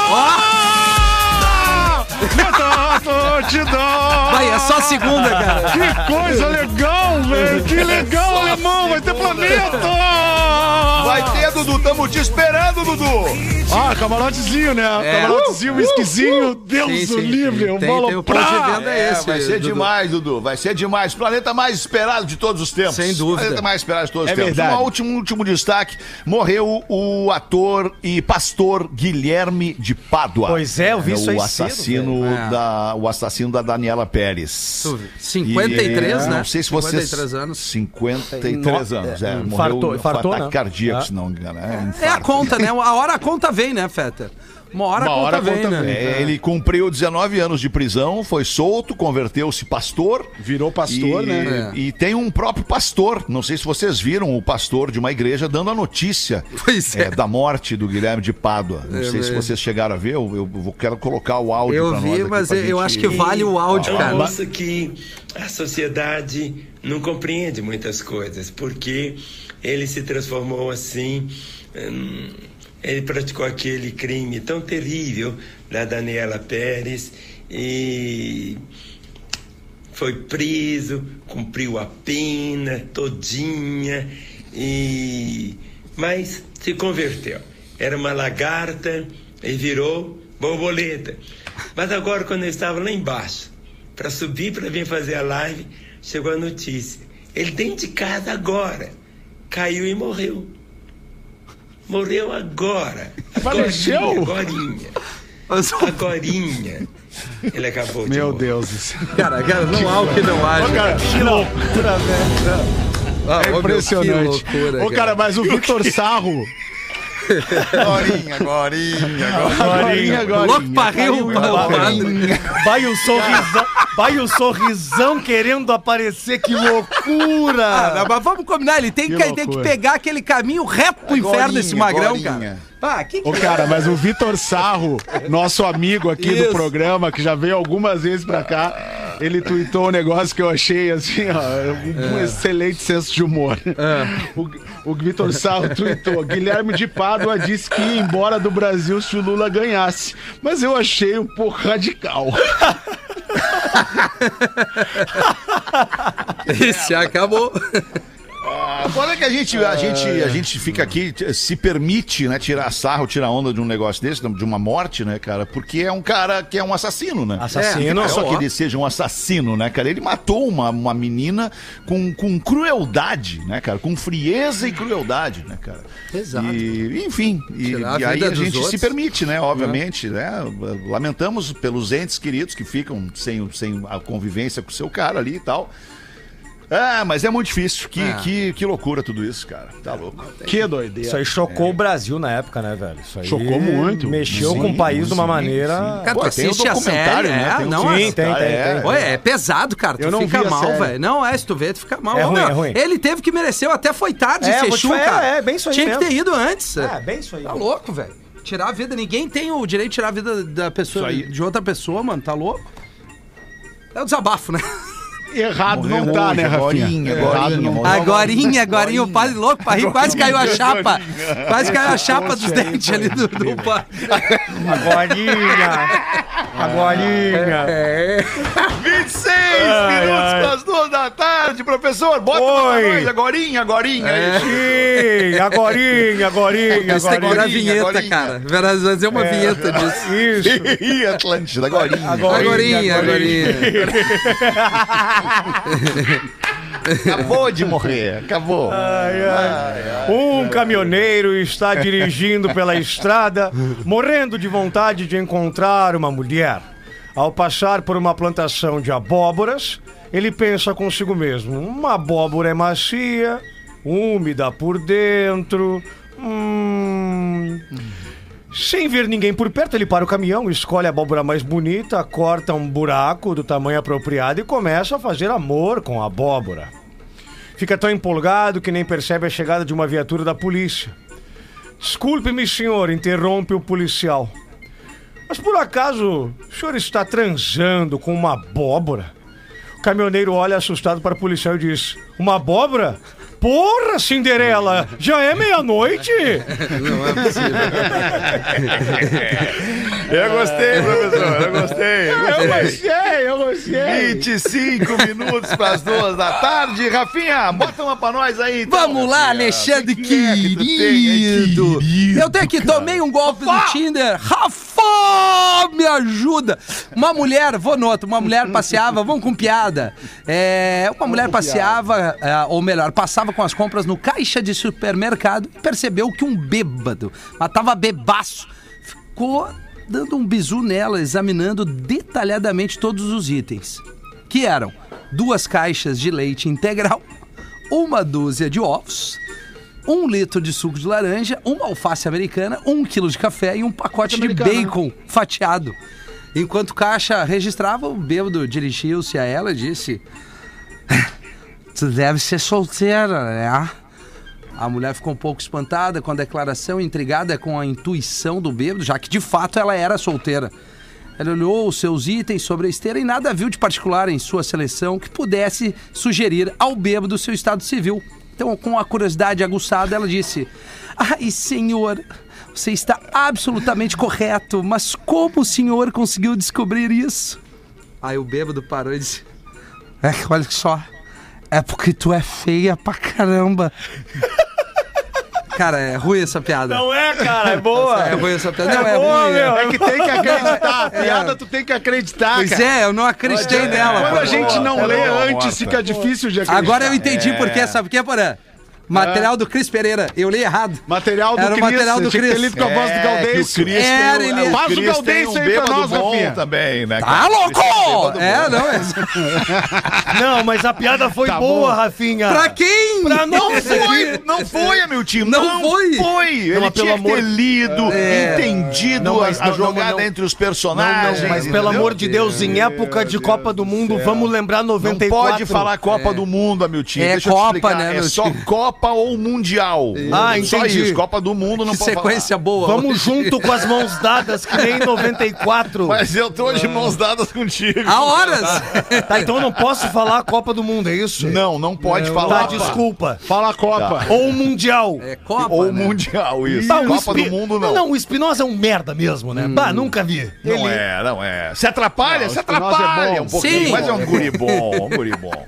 Speaker 4: Vai, é só segunda, cara.
Speaker 8: Que coisa legal, velho! Que legal, alemão! Vai ter planeta!
Speaker 5: Vai ter do Dudu. Tamo te esperando, Dudu.
Speaker 8: Ah, camarotezinho, né?
Speaker 4: É.
Speaker 8: Camarotezinho, whiskyzinho. Deus
Speaker 4: Sim,
Speaker 8: o
Speaker 4: sim,
Speaker 8: livre.
Speaker 4: sim.
Speaker 8: Um
Speaker 4: Tem-
Speaker 8: bolo
Speaker 4: tem o ponto de
Speaker 8: pra...
Speaker 4: venda
Speaker 5: É,
Speaker 4: esse,
Speaker 5: vai ser
Speaker 4: Dudu.
Speaker 5: demais, Dudu. Vai ser demais. Planeta mais esperado de todos os tempos.
Speaker 4: Sem dúvida.
Speaker 5: Planeta mais esperado de todos os
Speaker 7: É
Speaker 5: tempos.
Speaker 7: verdade.
Speaker 5: Um último, último destaque. Morreu o ator e pastor Guilherme de Pádua.
Speaker 6: Pois é, eu vi
Speaker 5: É,
Speaker 6: isso aí
Speaker 5: o
Speaker 6: cedo,
Speaker 5: assassino
Speaker 4: velho. É.
Speaker 5: da O assassino da Daniela Pérez.
Speaker 4: cinquenta e três,
Speaker 5: E,
Speaker 4: né?
Speaker 5: Não sei se vocês...
Speaker 4: cinquenta e três anos.
Speaker 5: cinquenta e três anos, é. Morreu
Speaker 6: Infartou-
Speaker 5: um
Speaker 6: infartou,
Speaker 5: ataque
Speaker 6: né?
Speaker 5: cardíaco,
Speaker 6: É.
Speaker 5: se não me engano. É,
Speaker 4: É a
Speaker 5: infarto.
Speaker 4: conta, né? A hora a conta vem, né, Fetter? Uma hora
Speaker 7: Uma
Speaker 4: a conta
Speaker 7: hora a
Speaker 4: vem,
Speaker 7: conta
Speaker 4: né?
Speaker 7: vem.
Speaker 5: É, ele cumpriu dezenove anos de prisão, foi solto, converteu-se pastor.
Speaker 7: Virou pastor,
Speaker 5: e,
Speaker 7: né?
Speaker 5: E tem um próprio pastor. Não sei se vocês viram o pastor de uma igreja dando a notícia
Speaker 4: Pois é.
Speaker 5: é, da morte do Guilherme de Pádua. Não
Speaker 4: É,
Speaker 5: sei se
Speaker 4: é.
Speaker 5: vocês chegaram a ver. Eu, eu vou- quero colocar o áudio
Speaker 4: Eu
Speaker 5: pra nós
Speaker 4: vi,
Speaker 5: aqui
Speaker 4: mas
Speaker 5: pra
Speaker 4: eu
Speaker 5: gente-
Speaker 4: acho que vale o áudio,
Speaker 9: É
Speaker 4: cara.
Speaker 9: uma moça que a sociedade não compreende muitas coisas, porque ele se transformou assim, hum, ele praticou aquele crime tão terrível da Daniela Pérez e foi preso, cumpriu a pena todinha, e mas se converteu. Era uma lagarta e virou borboleta. Mas agora, quando eu estava lá embaixo, para subir para vir fazer a live, chegou a notícia. Ele dentro de casa agora. Caiu e morreu. Morreu agora.
Speaker 7: Faleceu?
Speaker 9: Agorinha.
Speaker 4: Mas,
Speaker 9: Agorinha. Ele acabou de
Speaker 7: Meu
Speaker 9: morrer.
Speaker 7: Deus do céu.
Speaker 4: cara, cara, não há o que não haja.
Speaker 7: Cara, que loucura, velho.
Speaker 4: Ah, ô,
Speaker 7: É
Speaker 4: meu,
Speaker 7: impressionante.
Speaker 4: que loucura,
Speaker 7: Ô, cara, mas o Vitor Sarro.
Speaker 5: Agorinha, agorinha, agorinha.
Speaker 7: Agorinha, agorinha.
Speaker 4: Louco pra rir, o malvado.
Speaker 6: Vai o sorrisão, vai o sorrisão querendo aparecer, que loucura!
Speaker 4: Ah, não, mas vamos combinar, ele tem que,
Speaker 7: Que
Speaker 4: tem que
Speaker 7: loucura.
Speaker 4: pegar aquele caminho reto pro inferno desse magrão,
Speaker 5: agorinha.
Speaker 4: cara. Ah, que
Speaker 7: Ô, cara, mas o Vitor Sarro, nosso amigo aqui
Speaker 4: Isso.
Speaker 7: do programa, que já veio algumas vezes pra cá, ele tuitou um negócio que eu achei, assim, ó, um
Speaker 4: É.
Speaker 7: excelente senso de humor. O, o Vitor Sarro tuitou: Guilherme de Pádua disse que ia embora do Brasil se o Lula ganhasse, mas eu achei um pouco radical.
Speaker 4: Esse acabou.
Speaker 5: Agora que a gente, a, gente, a gente fica aqui, se permite, né, tirar sarro, tirar onda de um negócio desse, de uma morte, né, cara? Porque é um cara que é um assassino, né?
Speaker 6: Assassino.
Speaker 5: Não é só
Speaker 6: Ó.
Speaker 5: que ele seja um assassino, né, cara? Ele matou uma, uma menina com, com crueldade, né, cara? Com frieza e crueldade, né, cara?
Speaker 4: Exato.
Speaker 5: E, enfim, e,
Speaker 4: Tirar a
Speaker 5: e aí
Speaker 4: vida
Speaker 5: a
Speaker 4: dos
Speaker 5: gente se
Speaker 4: outros.
Speaker 5: permite, né, obviamente, né? Lamentamos pelos entes queridos que ficam sem, sem a convivência com o seu cara ali e tal. Ah, mas é muito difícil. Que,
Speaker 4: É.
Speaker 5: que, que loucura tudo isso, cara. Tá louco.
Speaker 7: Que doideira.
Speaker 6: Isso aí chocou o Brasil na época, né, velho? Isso aí
Speaker 7: Chocou muito.
Speaker 6: Mexeu
Speaker 5: Sim,
Speaker 6: com o país de uma
Speaker 5: sim,
Speaker 6: maneira...
Speaker 5: sim.
Speaker 4: Cara,
Speaker 5: Pô,
Speaker 4: tu
Speaker 5: tem o
Speaker 4: assiste a
Speaker 5: documentário,
Speaker 4: série,
Speaker 5: né?
Speaker 4: é?
Speaker 5: Tem o-
Speaker 4: Não,
Speaker 6: Sim,
Speaker 4: é-
Speaker 6: tem, tem,
Speaker 5: é.
Speaker 6: tem.
Speaker 4: Oi, é pesado, cara. Tu
Speaker 7: Eu não
Speaker 4: fica
Speaker 7: vi a
Speaker 4: mal,
Speaker 7: série.
Speaker 4: velho. Não, é, se tu vê, tu fica mal.
Speaker 6: É
Speaker 4: Ô,
Speaker 6: ruim,
Speaker 4: meu,
Speaker 6: é ruim.
Speaker 4: Ele teve que mereceu, até foi tarde
Speaker 6: É,
Speaker 4: ser
Speaker 6: vou te
Speaker 4: chu,
Speaker 6: falar,
Speaker 4: cara.
Speaker 6: é, é bem isso aí
Speaker 4: Tinha que
Speaker 6: mesmo.
Speaker 4: ter ido antes.
Speaker 6: É, bem isso aí.
Speaker 4: Tá louco, velho. Tirar a vida, ninguém tem o direito de tirar a vida da pessoa,
Speaker 5: Isso aí.
Speaker 4: de outra pessoa, mano. Tá louco? É o desabafo, né?
Speaker 7: Errado não
Speaker 5: Morreu
Speaker 7: tá,
Speaker 5: hoje,
Speaker 7: né, Rafinha?
Speaker 5: agorinha,
Speaker 7: Errado
Speaker 5: agorinha,
Speaker 7: não
Speaker 5: morreu.
Speaker 7: tá.
Speaker 4: Agorinha, agorinha, o padre louco pra rir, quase caiu a chapa. Quase caiu a chapa dos dentes ali do, do padre.
Speaker 6: Agorinha! Agorinha!
Speaker 5: vinte e seis minutos para as duas da tarde, professor. Bota pra
Speaker 6: Oi.
Speaker 5: nós, agorinha, agorinha.
Speaker 4: É.
Speaker 6: Sim, agorinha, agorinha,
Speaker 4: Isso tem que virar
Speaker 6: agorinha.
Speaker 4: vinheta,
Speaker 5: agorinha.
Speaker 4: cara. Virar- Fazer uma vinheta disso.
Speaker 6: Isso.
Speaker 5: Ih, Atlântida, agorinha.
Speaker 4: Agorinha, agorinha.
Speaker 5: Acabou de morrer, acabou.
Speaker 6: Um caminhoneiro está dirigindo pela estrada, morrendo de vontade de encontrar uma mulher. Ao passar por uma plantação de abóboras, ele pensa consigo mesmo: uma abóbora é macia, úmida por dentro. Hum... Sem ver ninguém por perto, ele para o caminhão, escolhe a abóbora mais bonita, corta um buraco do tamanho apropriado e começa a fazer amor com a abóbora. Fica tão empolgado que nem percebe a chegada de uma viatura da polícia. Desculpe-me, senhor, interrompe o policial. Mas por acaso o senhor está transando com uma abóbora? O caminhoneiro olha assustado para o policial e diz: uma abóbora? Porra, Cinderela, já é meia-noite?
Speaker 4: Não é possível.
Speaker 5: Eu gostei, professor, eu gostei. Eu
Speaker 7: Eu
Speaker 5: gostei.
Speaker 7: gostei, eu gostei.
Speaker 5: vinte e cinco minutos para as duas da tarde. Rafinha, bota uma pra nós aí. Então,
Speaker 4: Vamos lá,
Speaker 5: Rafinha.
Speaker 4: Alexandre,
Speaker 5: Que que é que tu tem aí,
Speaker 4: querido.
Speaker 5: querido,
Speaker 4: Eu tenho aqui,
Speaker 5: cara?
Speaker 4: tomei um golpe no Tinder. Rafa, me ajuda. Uma mulher, vou no outro, uma mulher passeava, vamos com piada. É, uma mulher passeava, é, ou melhor, passava com as compras no caixa de supermercado e percebeu que um bêbado, mas tava bebaço, ficou dando um bizu nela, examinando detalhadamente todos os itens. Que eram duas caixas de leite integral, uma dúzia de ovos, um litro de suco de laranja, uma alface americana, um quilo de café e um pacote de bacon fatiado. Enquanto o caixa registrava, o bêbado dirigiu-se a ela e disse: "Tu deve ser solteira, né?" A mulher ficou um pouco espantada com a declaração, intrigada com a intuição do bêbado, já que de fato ela era solteira. Ela olhou os seus itens sobre a esteira e nada viu de particular em sua seleção que pudesse sugerir ao bêbado seu estado civil. Então, com a curiosidade aguçada, ela disse: "Ai, senhor, você está absolutamente correto, mas como o senhor conseguiu descobrir isso?" Aí o bêbado parou e disse: "É, olha só, é porque tu é feia pra caramba." Cara, é ruim essa piada.
Speaker 6: Não é, cara, é boa.
Speaker 4: É ruim essa piada. Não, é,
Speaker 6: É boa,
Speaker 4: ruim.
Speaker 6: meu.
Speaker 7: É que tem que acreditar. A piada tu tem que acreditar,
Speaker 4: Pois
Speaker 7: cara.
Speaker 4: é, eu não acreditei nela.
Speaker 7: Quando
Speaker 4: pô.
Speaker 7: a gente não
Speaker 5: Boa,
Speaker 7: lê
Speaker 5: boa,
Speaker 7: antes,
Speaker 5: morta.
Speaker 7: fica difícil de acreditar.
Speaker 4: Agora eu entendi por quê, sabe por quê, Porã? Material do Cris Pereira. Eu li errado.
Speaker 7: Material do
Speaker 4: Era o
Speaker 7: Cris.
Speaker 4: material do
Speaker 7: tinha que ter
Speaker 4: Cris.
Speaker 7: lido com a voz do
Speaker 5: É, que o
Speaker 7: Gaudêncio.
Speaker 5: Cris
Speaker 4: Era,
Speaker 5: tem,
Speaker 4: ele-
Speaker 5: o
Speaker 7: Faz o
Speaker 5: Cris tem
Speaker 7: Gaudêncio
Speaker 5: um
Speaker 7: aí pra
Speaker 5: bêbado
Speaker 7: nós,
Speaker 5: bom
Speaker 7: Rafinha.
Speaker 5: também, né?
Speaker 4: Tá
Speaker 5: cara? Cris tem um
Speaker 4: louco?
Speaker 5: bêbado
Speaker 4: É,
Speaker 5: bom.
Speaker 4: não, é...
Speaker 6: Não, mas a piada foi
Speaker 7: Tá
Speaker 6: boa,
Speaker 7: bom.
Speaker 6: Rafinha.
Speaker 4: Pra quem?
Speaker 6: Pra
Speaker 5: Não
Speaker 6: nós
Speaker 5: foi,
Speaker 6: aqui.
Speaker 5: não foi, Amiltinho.
Speaker 4: Não
Speaker 5: Não,
Speaker 4: foi.
Speaker 5: foi. Ele
Speaker 6: Não, mas
Speaker 5: tinha
Speaker 6: pelo
Speaker 5: que ter
Speaker 6: amor-
Speaker 5: lido,
Speaker 4: É.
Speaker 5: entendido
Speaker 6: Não, mas
Speaker 5: a, a
Speaker 6: não, não,
Speaker 5: jogada
Speaker 6: não.
Speaker 5: entre os
Speaker 6: Não,
Speaker 5: personagens.
Speaker 6: não, mas pelo
Speaker 5: entendeu?
Speaker 6: amor de Deus, em época de Copa do Mundo, vamos lembrar
Speaker 5: Não
Speaker 6: noventa e quatro.
Speaker 5: pode falar Copa do Mundo, Amiltinho.
Speaker 4: É
Speaker 5: Deixa eu te
Speaker 4: Copa,
Speaker 5: explicar.
Speaker 4: né,
Speaker 5: É
Speaker 4: meu
Speaker 5: só
Speaker 4: tio?
Speaker 5: Copa ou Mundial.
Speaker 6: Ah,
Speaker 5: Só
Speaker 6: entendi.
Speaker 5: isso. Copa do Mundo não
Speaker 4: Que
Speaker 5: pode
Speaker 4: sequência
Speaker 5: falar.
Speaker 4: boa.
Speaker 6: Vamos
Speaker 4: hoje.
Speaker 6: junto com as mãos dadas, que nem em noventa e quatro.
Speaker 5: Mas eu tô de mãos dadas contigo.
Speaker 4: Há horas.
Speaker 6: Tá, então eu não posso falar Copa do Mundo, é isso?
Speaker 5: Não, não pode
Speaker 6: Tá,
Speaker 5: falar.
Speaker 6: desculpa.
Speaker 7: Fala a Copa.
Speaker 6: Ou Mundial.
Speaker 4: É Copa,
Speaker 5: Ou
Speaker 4: né?
Speaker 5: Mundial, isso.
Speaker 6: Tá, o
Speaker 5: Copa
Speaker 6: Espi-
Speaker 5: do Mundo, não.
Speaker 6: Não, o Espinosa é um merda mesmo, né? Bah, nunca vi.
Speaker 5: Não
Speaker 6: Ele-
Speaker 5: é, não é. Se atrapalha,
Speaker 7: Não,
Speaker 5: se
Speaker 7: o Espinosa
Speaker 5: atrapalha
Speaker 7: é bom.
Speaker 5: um pouquinho,
Speaker 4: Sim.
Speaker 5: mas é um guri bom, um guri bom.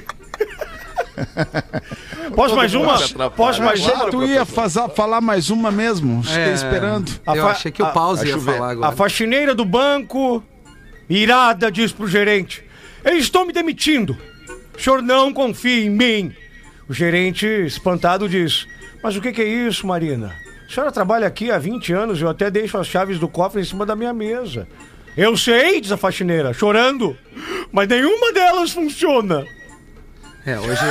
Speaker 6: Posso mais
Speaker 5: mundo
Speaker 6: uma?
Speaker 5: se atrapalha.
Speaker 6: Posso mais
Speaker 7: Achei
Speaker 6: uma?
Speaker 7: que tu ia fazer, falar mais uma mesmo. Fiquei
Speaker 4: É.
Speaker 7: esperando.
Speaker 6: A
Speaker 4: Eu
Speaker 6: fa-
Speaker 4: achei que o
Speaker 6: a-
Speaker 4: Pause ia
Speaker 5: deixa eu ver.
Speaker 4: falar
Speaker 6: A
Speaker 4: agora.
Speaker 6: faxineira do banco, irada, diz pro gerente: "Eu estou me demitindo. O senhor não confia em mim." O gerente, espantado, diz: "Mas o que que é isso, Marina? A senhora trabalha aqui há vinte anos e eu até deixo as chaves do cofre em cima da minha mesa." "Eu sei", diz a faxineira, chorando, "mas nenhuma delas funciona."
Speaker 4: É, hoje...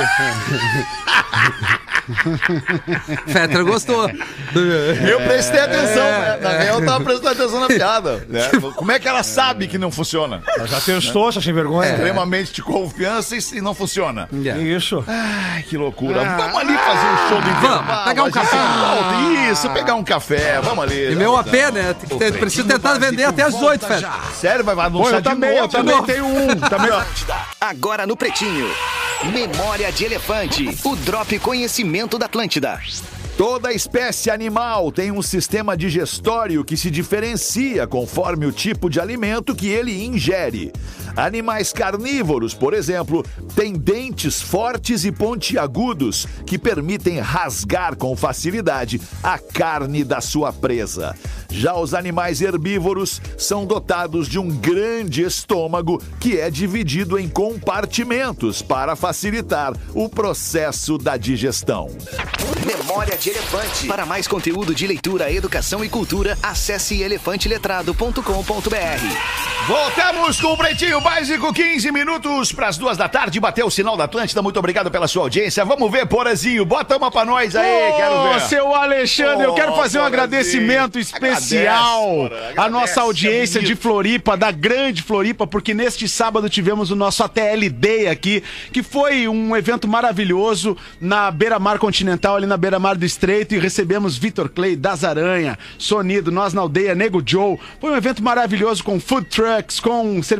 Speaker 4: Fetra gostou.
Speaker 5: Eu prestei atenção, né? Na real, eu tava prestando atenção na piada. né? Como é que ela sabe que não funciona?
Speaker 6: Ela já testou, essa sem vergonha.
Speaker 5: Extremamente de confiança e e não funciona.
Speaker 4: É.
Speaker 6: Isso.
Speaker 5: Ai, que loucura. Vamos ali fazer um show do intervalo.
Speaker 4: Vamos, pegar um
Speaker 5: a gente
Speaker 4: café.
Speaker 5: volta. Isso, pegar um café. Vamos ali.
Speaker 4: E meu A P, né? Tem que ter- preciso tentar vender até as oito, Fetra.
Speaker 5: Sério, vai
Speaker 7: Pô,
Speaker 5: anunciar
Speaker 7: eu
Speaker 5: de
Speaker 7: também,
Speaker 5: novo.
Speaker 7: eu também tenho um. Também...
Speaker 10: Agora no Pretinho. Memória de Elefante. O Drop Conhecimento da Atlântida.
Speaker 5: Toda espécie animal tem um sistema digestório que se diferencia conforme o tipo de alimento que ele ingere. Animais carnívoros, por exemplo, têm dentes fortes e pontiagudos que permitem rasgar com facilidade a carne da sua presa. Já os animais herbívoros são dotados de um grande estômago que é dividido em compartimentos para facilitar o processo da digestão.
Speaker 10: Memória de Elefante. Para mais conteúdo de leitura, educação e cultura, acesse elefante letrado ponto com ponto b r.
Speaker 5: Voltamos com o Pretinho Básico, quinze minutos para as duas da tarde. Bateu o sinal da Atlântida. Muito obrigado pela sua audiência. Vamos ver, Porazinho. Bota uma pra nós aí, quero
Speaker 7: Ô,
Speaker 5: ver.
Speaker 7: seu Alexandre, eu quero fazer um
Speaker 5: Porazinho.
Speaker 7: agradecimento especial
Speaker 5: Agradece, Porã,
Speaker 7: à
Speaker 5: agradece,
Speaker 7: nossa audiência
Speaker 5: é bonito.
Speaker 7: de Floripa, da grande Floripa, porque neste sábado tivemos o nosso A T L Day aqui, que foi um evento maravilhoso na Beira-Mar Continental, ali na Beira-Mar do Estreito, e recebemos Vitor Clay, Das Aranha, Sonido, Nós na Aldeia, Nego Joe. Foi um evento maravilhoso com food trucks, com cervejarias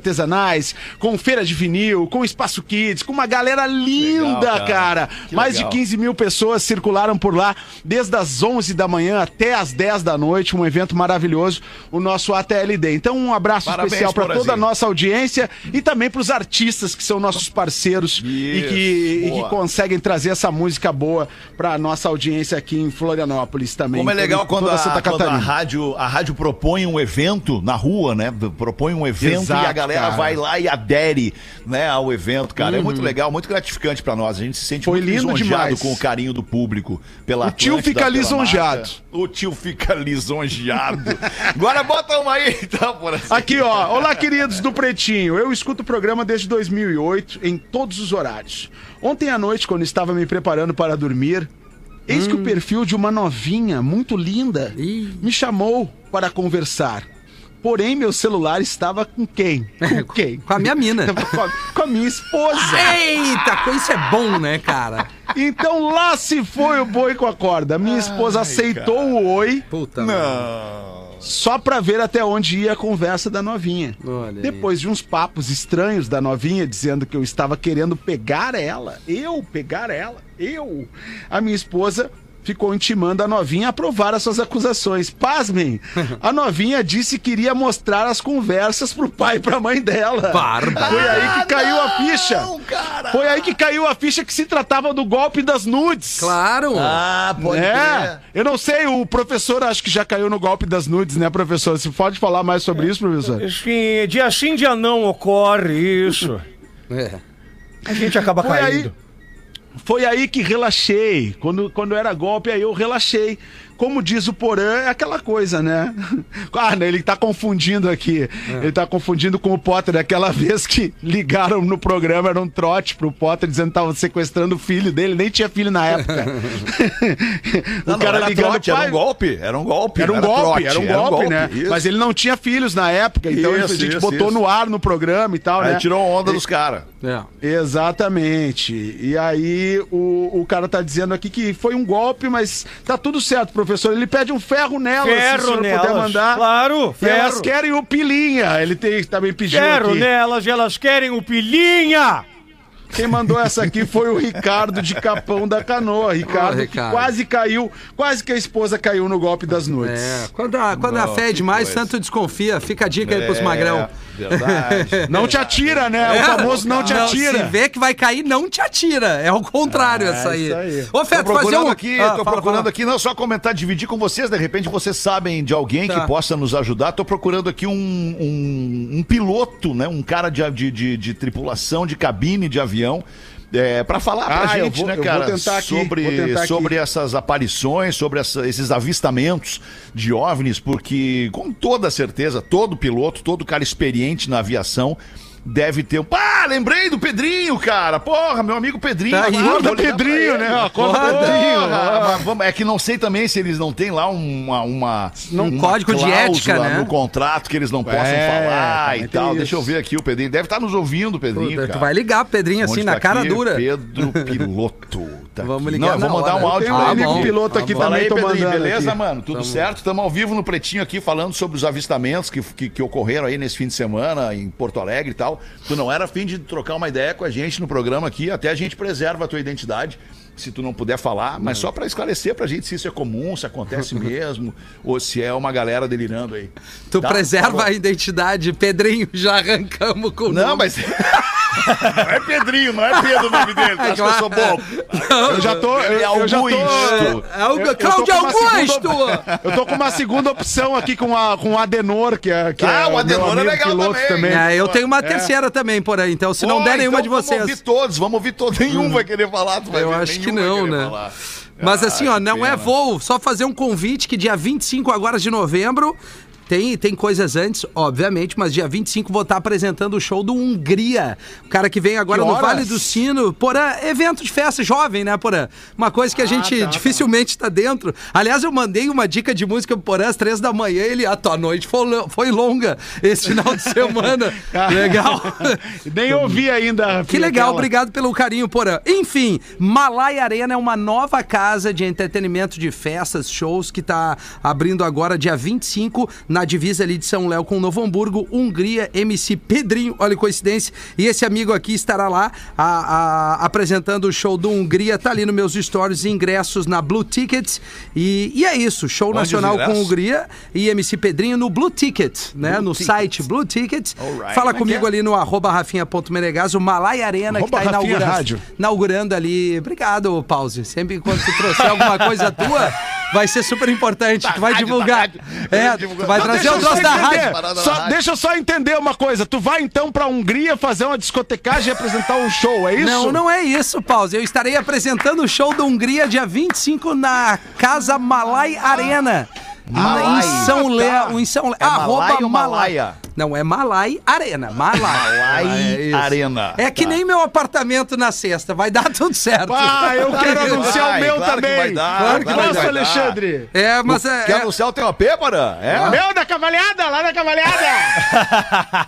Speaker 7: artesanais, com feira de vinil, com espaço kids, com uma galera linda,
Speaker 5: Legal, cara.
Speaker 7: cara.
Speaker 5: Que
Speaker 7: Mais
Speaker 5: legal.
Speaker 7: de quinze mil pessoas circularam por lá, desde as onze da manhã até as dez da noite, um evento maravilhoso, o nosso A T L D. Então, um abraço
Speaker 5: Parabéns,
Speaker 7: especial para toda a
Speaker 5: Porazinho.
Speaker 7: nossa audiência e também para os artistas que são nossos parceiros e, que, e que
Speaker 5: boa.
Speaker 7: conseguem trazer essa música boa para nossa audiência aqui em Florianópolis também.
Speaker 5: Como é legal
Speaker 7: Toda-
Speaker 5: quando,
Speaker 7: toda
Speaker 5: a,
Speaker 7: Santa
Speaker 5: quando a,
Speaker 7: Catarina.
Speaker 5: rádio, a rádio propõe um evento na rua, né? Propõe um evento
Speaker 7: Exato,
Speaker 5: e a galera
Speaker 7: cara.
Speaker 5: vai lá e adere, né, ao evento, cara. É muito legal, muito gratificante pra nós. A gente se sente
Speaker 7: Foi
Speaker 5: muito
Speaker 7: lindo
Speaker 5: lisonjeado
Speaker 7: demais.
Speaker 5: com o carinho do público pela
Speaker 7: O tio
Speaker 5: Atlântida,
Speaker 7: fica
Speaker 5: pela
Speaker 7: lisonjeado.
Speaker 5: marca. O tio fica lisonjeado. Agora bota uma aí, então, por assim.
Speaker 7: Aqui, ó. Olá, queridos do Pretinho. Eu escuto o programa desde dois mil e oito, em todos os horários. Ontem à noite, quando estava me preparando para dormir, eis que o perfil de uma novinha muito linda
Speaker 4: Ih.
Speaker 7: me chamou para conversar. Porém, meu celular estava com quem? Com quem?
Speaker 4: Com a minha mina.
Speaker 7: com, a, com a minha esposa.
Speaker 4: Eita, co- isso é bom, né, cara?
Speaker 7: Então lá se foi o boi com a corda. Minha esposa aceitou o oi
Speaker 4: Puta,
Speaker 7: só pra ver até onde ia a conversa da novinha.
Speaker 4: Olha aí.
Speaker 7: Depois de uns papos estranhos da novinha dizendo que eu estava querendo pegar ela, eu pegar ela, eu, a minha esposa ficou intimando a novinha a provar as suas acusações. Pasmem, a novinha disse que iria mostrar as conversas pro pai e pra mãe dela.
Speaker 4: Bárbaro.
Speaker 7: Foi aí que caiu a ficha. Foi aí que caiu a ficha que se tratava do golpe das nudes.
Speaker 4: Claro.
Speaker 5: Ah, pode
Speaker 7: É, eu não sei, o professor acho que já caiu no golpe das nudes, né, professor? Você pode falar mais sobre isso, professor?
Speaker 6: Sim, dia sim, dia não ocorre isso.
Speaker 4: É.
Speaker 6: A gente acaba
Speaker 7: Foi
Speaker 6: caindo.
Speaker 7: aí, foi aí que relaxei. Quando, quando era golpe, aí eu relaxei. Como diz o Porã, é aquela coisa, né? Ah, né, ele tá confundindo aqui. Ele tá confundindo com o Potter. Aquela vez que ligaram no programa, era um trote pro Potter dizendo que tava sequestrando o filho dele. Nem tinha filho na época.
Speaker 5: Não,
Speaker 7: o cara
Speaker 5: não era
Speaker 7: ligando
Speaker 5: trote, era um golpe. Era um golpe.
Speaker 7: Era um
Speaker 5: não
Speaker 7: golpe,
Speaker 5: trote,
Speaker 7: era um golpe, né?
Speaker 5: isso.
Speaker 7: Mas ele não tinha filhos na época, então
Speaker 5: Isso,
Speaker 7: a gente
Speaker 5: isso,
Speaker 7: botou
Speaker 5: isso.
Speaker 7: no ar no programa e tal,
Speaker 5: Aí
Speaker 7: né?
Speaker 5: tirou onda dos caras.
Speaker 4: É.
Speaker 7: Exatamente. E aí o, o cara tá dizendo aqui que foi um golpe, mas tá tudo certo, professor. Ele pede um ferro nelas, se o
Speaker 6: Ferro
Speaker 7: senhor puder
Speaker 6: nelas.
Speaker 7: mandar.
Speaker 6: Claro,
Speaker 7: E elas
Speaker 6: ferro.
Speaker 7: querem o pilinha. Ele tem, também pediu
Speaker 6: Quero
Speaker 7: aqui.
Speaker 6: nelas e elas querem o pilinha.
Speaker 7: Quem mandou essa aqui foi o Ricardo de Capão da Canoa. Ricardo,
Speaker 4: Ô,
Speaker 7: que
Speaker 4: Ricardo.
Speaker 7: quase caiu, quase que a esposa caiu no golpe das nudes.
Speaker 4: É. Quando a, quando a
Speaker 5: Não,
Speaker 4: fé é
Speaker 5: que
Speaker 4: demais,
Speaker 5: coisa.
Speaker 4: santo desconfia. Fica a dica aí pros
Speaker 5: É,
Speaker 4: magrão.
Speaker 5: Verdade.
Speaker 7: Não te atira, né?
Speaker 4: É,
Speaker 7: o famoso não te atira.
Speaker 4: Se vê que vai cair, não te atira. É o contrário
Speaker 7: Ah,
Speaker 4: essa aí.
Speaker 7: isso aí.
Speaker 4: Ô,
Speaker 5: Tô
Speaker 4: Feto, fazer
Speaker 5: procurando
Speaker 4: um...
Speaker 5: aqui,
Speaker 4: Ah,
Speaker 5: tô
Speaker 4: fala,
Speaker 5: procurando
Speaker 4: fala.
Speaker 5: aqui, não só comentar, dividir com vocês, de repente vocês sabem de alguém
Speaker 4: Tá.
Speaker 5: que possa nos ajudar. Tô procurando aqui um, um, um piloto, né? Um cara de, de, de, de tripulação, de cabine de avião. É, para falar pra
Speaker 7: Ah, eu
Speaker 5: gente,
Speaker 7: vou-
Speaker 5: né,
Speaker 7: eu vou
Speaker 5: cara,
Speaker 7: tentar aqui,
Speaker 5: sobre,
Speaker 7: vou tentar aqui.
Speaker 5: sobre essas aparições, sobre essa- esses avistamentos de OVNIs, porque com toda certeza, todo piloto, todo cara experiente na aviação deve ter um... Ah, lembrei do Pedrinho, cara! Porra, meu amigo Pedrinho.
Speaker 4: Tá aí.
Speaker 5: lá, vou
Speaker 7: Acorda,
Speaker 5: ligar pra
Speaker 7: Pedrinho,
Speaker 5: ele.
Speaker 7: né? Acorda,
Speaker 4: Acorda.
Speaker 7: Pedrinho.
Speaker 5: Porra, mas vamos- é que não sei também se eles não têm lá uma, uma,
Speaker 4: Um
Speaker 5: uma
Speaker 4: código de
Speaker 5: cláusula
Speaker 4: ética, né?
Speaker 5: no contrato que eles não possam
Speaker 7: É,
Speaker 5: falar
Speaker 7: também
Speaker 5: e
Speaker 7: tem
Speaker 5: tal.
Speaker 7: isso.
Speaker 5: Deixa eu ver aqui o Pedrinho. Deve estar nos ouvindo, Pedrinho,
Speaker 4: Tu,
Speaker 5: cara.
Speaker 4: tu vai ligar pro Pedrinho assim,
Speaker 5: Onde
Speaker 4: na
Speaker 5: tá
Speaker 4: cara
Speaker 5: aqui?
Speaker 4: dura.
Speaker 5: Pedro Piloto. Tá
Speaker 4: Vamos
Speaker 5: aqui.
Speaker 4: ligar
Speaker 5: Não, eu vou
Speaker 4: na
Speaker 5: mandar
Speaker 4: hora.
Speaker 5: um áudio
Speaker 7: Tem um
Speaker 5: pra
Speaker 4: Ah,
Speaker 5: ele.
Speaker 7: amigo
Speaker 4: bom.
Speaker 7: piloto aqui
Speaker 5: Fala
Speaker 7: também,
Speaker 5: aí,
Speaker 7: tô
Speaker 5: Pedrinho,
Speaker 7: mandando
Speaker 5: beleza,
Speaker 7: aqui.
Speaker 5: mano? Tudo certo? Estamos ao vivo no Pretinho aqui, falando sobre os avistamentos que, que, que ocorreram aí nesse fim de semana em Porto Alegre e tal. Tu não era afim de trocar uma ideia com a gente no programa aqui, até a gente preserva a tua identidade, se tu não puder falar, mas só pra esclarecer pra gente se isso é comum, se acontece mesmo, ou se é uma galera delirando aí.
Speaker 4: Tu
Speaker 5: Tá?
Speaker 4: preserva
Speaker 5: Falou.
Speaker 4: a identidade, Pedrinho, já arrancamos com o
Speaker 5: Não,
Speaker 4: nome.
Speaker 5: mas... não é Pedrinho, não é Pedro o nome dele, tu acha que eu sou bom?
Speaker 7: Eu já tô. Eu,
Speaker 5: Ele é
Speaker 7: eu já tô.
Speaker 5: Augusto.
Speaker 4: É o
Speaker 7: eu- eu tô
Speaker 4: Cláudio
Speaker 7: com uma
Speaker 4: Augusto!
Speaker 7: segunda- Eu tô com uma segunda opção aqui com, a, com o Adenor, que é, que
Speaker 5: Ah,
Speaker 7: é
Speaker 5: o Adenor
Speaker 7: meu
Speaker 5: é
Speaker 7: amigo
Speaker 5: legal
Speaker 7: piloto
Speaker 5: também.
Speaker 7: também.
Speaker 4: É, eu tenho uma terceira também por aí, então se não
Speaker 5: Pô,
Speaker 4: der nenhuma
Speaker 5: então
Speaker 4: de
Speaker 5: Vamos
Speaker 4: vocês.
Speaker 5: ouvir todos, vamos ouvir todos. Nenhum vai querer falar, tu vai
Speaker 4: Eu
Speaker 5: ver,
Speaker 4: acho que
Speaker 5: nenhum vai
Speaker 4: não,
Speaker 5: querer
Speaker 4: né?
Speaker 5: falar.
Speaker 4: Mas
Speaker 5: Ah,
Speaker 4: assim, ó,
Speaker 5: que
Speaker 4: não é
Speaker 5: pena.
Speaker 4: voo, só fazer um convite que dia vinte e cinco agora de novembro, tem, tem coisas antes, obviamente, mas dia vinte e cinco vou estar apresentando o show do Hungria. O cara que vem agora
Speaker 7: Que
Speaker 4: no
Speaker 7: horas?
Speaker 4: Vale do Sino, Porã, evento de festa jovem, né, Porã? Uma coisa que a gente dificilmente tá dentro. Aliás, eu mandei uma dica de música pro Porã às três da manhã, ele, a tua noite foi, lo- foi longa esse final de semana. Legal.
Speaker 7: Nem ouvi ainda.
Speaker 4: Que legal, obrigado pelo carinho, Porã. Enfim, Malaya Arena é uma nova casa de entretenimento de festas, shows, que tá abrindo agora dia vinte e cinco na na divisa ali de São Léo com Novo Hamburgo, Hungria, M C Pedrinho, olha que coincidência, e esse amigo aqui estará lá a, a, apresentando o show do Hungria, tá ali nos meus stories, ingressos na Blue Tickets, e, e é isso, show
Speaker 5: Onde
Speaker 4: nacional com Hungria e M C Pedrinho no Blue Ticket, né, Blue no Ticket. Site Blue Ticket, right. Fala Como comigo é? ali no arroba rafinha.menegas, o Malay Arena arroba que tá inaugurando, inaugurando ali, obrigado, Pause, sempre quando tu trouxer alguma coisa tua, vai ser super importante,
Speaker 5: da
Speaker 4: tu vai
Speaker 5: rádio,
Speaker 4: divulgar, é, tu vai
Speaker 7: Não,
Speaker 4: trazer o troço da rádio.
Speaker 7: Só, deixa eu só entender uma coisa, tu vai então pra Hungria fazer uma discotecagem e apresentar um show, é isso?
Speaker 4: Não, não é isso, Pause, eu estarei apresentando o show da Hungria dia vinte e cinco na Casa Malay Arena.
Speaker 5: Malay.
Speaker 4: Em São Léo, em São Léo.
Speaker 5: É Malay ou Malaia?
Speaker 4: Não, é Malay Arena. Malay,
Speaker 5: Malay
Speaker 4: é
Speaker 5: Arena.
Speaker 4: É que
Speaker 5: tá.
Speaker 4: nem meu apartamento na sexta, vai dar tudo certo.
Speaker 7: Ah, eu quero anunciar vai, o meu
Speaker 5: claro
Speaker 7: também.
Speaker 5: Que vai dar,
Speaker 7: claro que
Speaker 5: claro
Speaker 7: vai, Alexandre.
Speaker 4: É, mas é.
Speaker 5: Quer anunciar o teu A P, Pará? É?
Speaker 7: Meu da Cavalhada, lá da Cavalhada.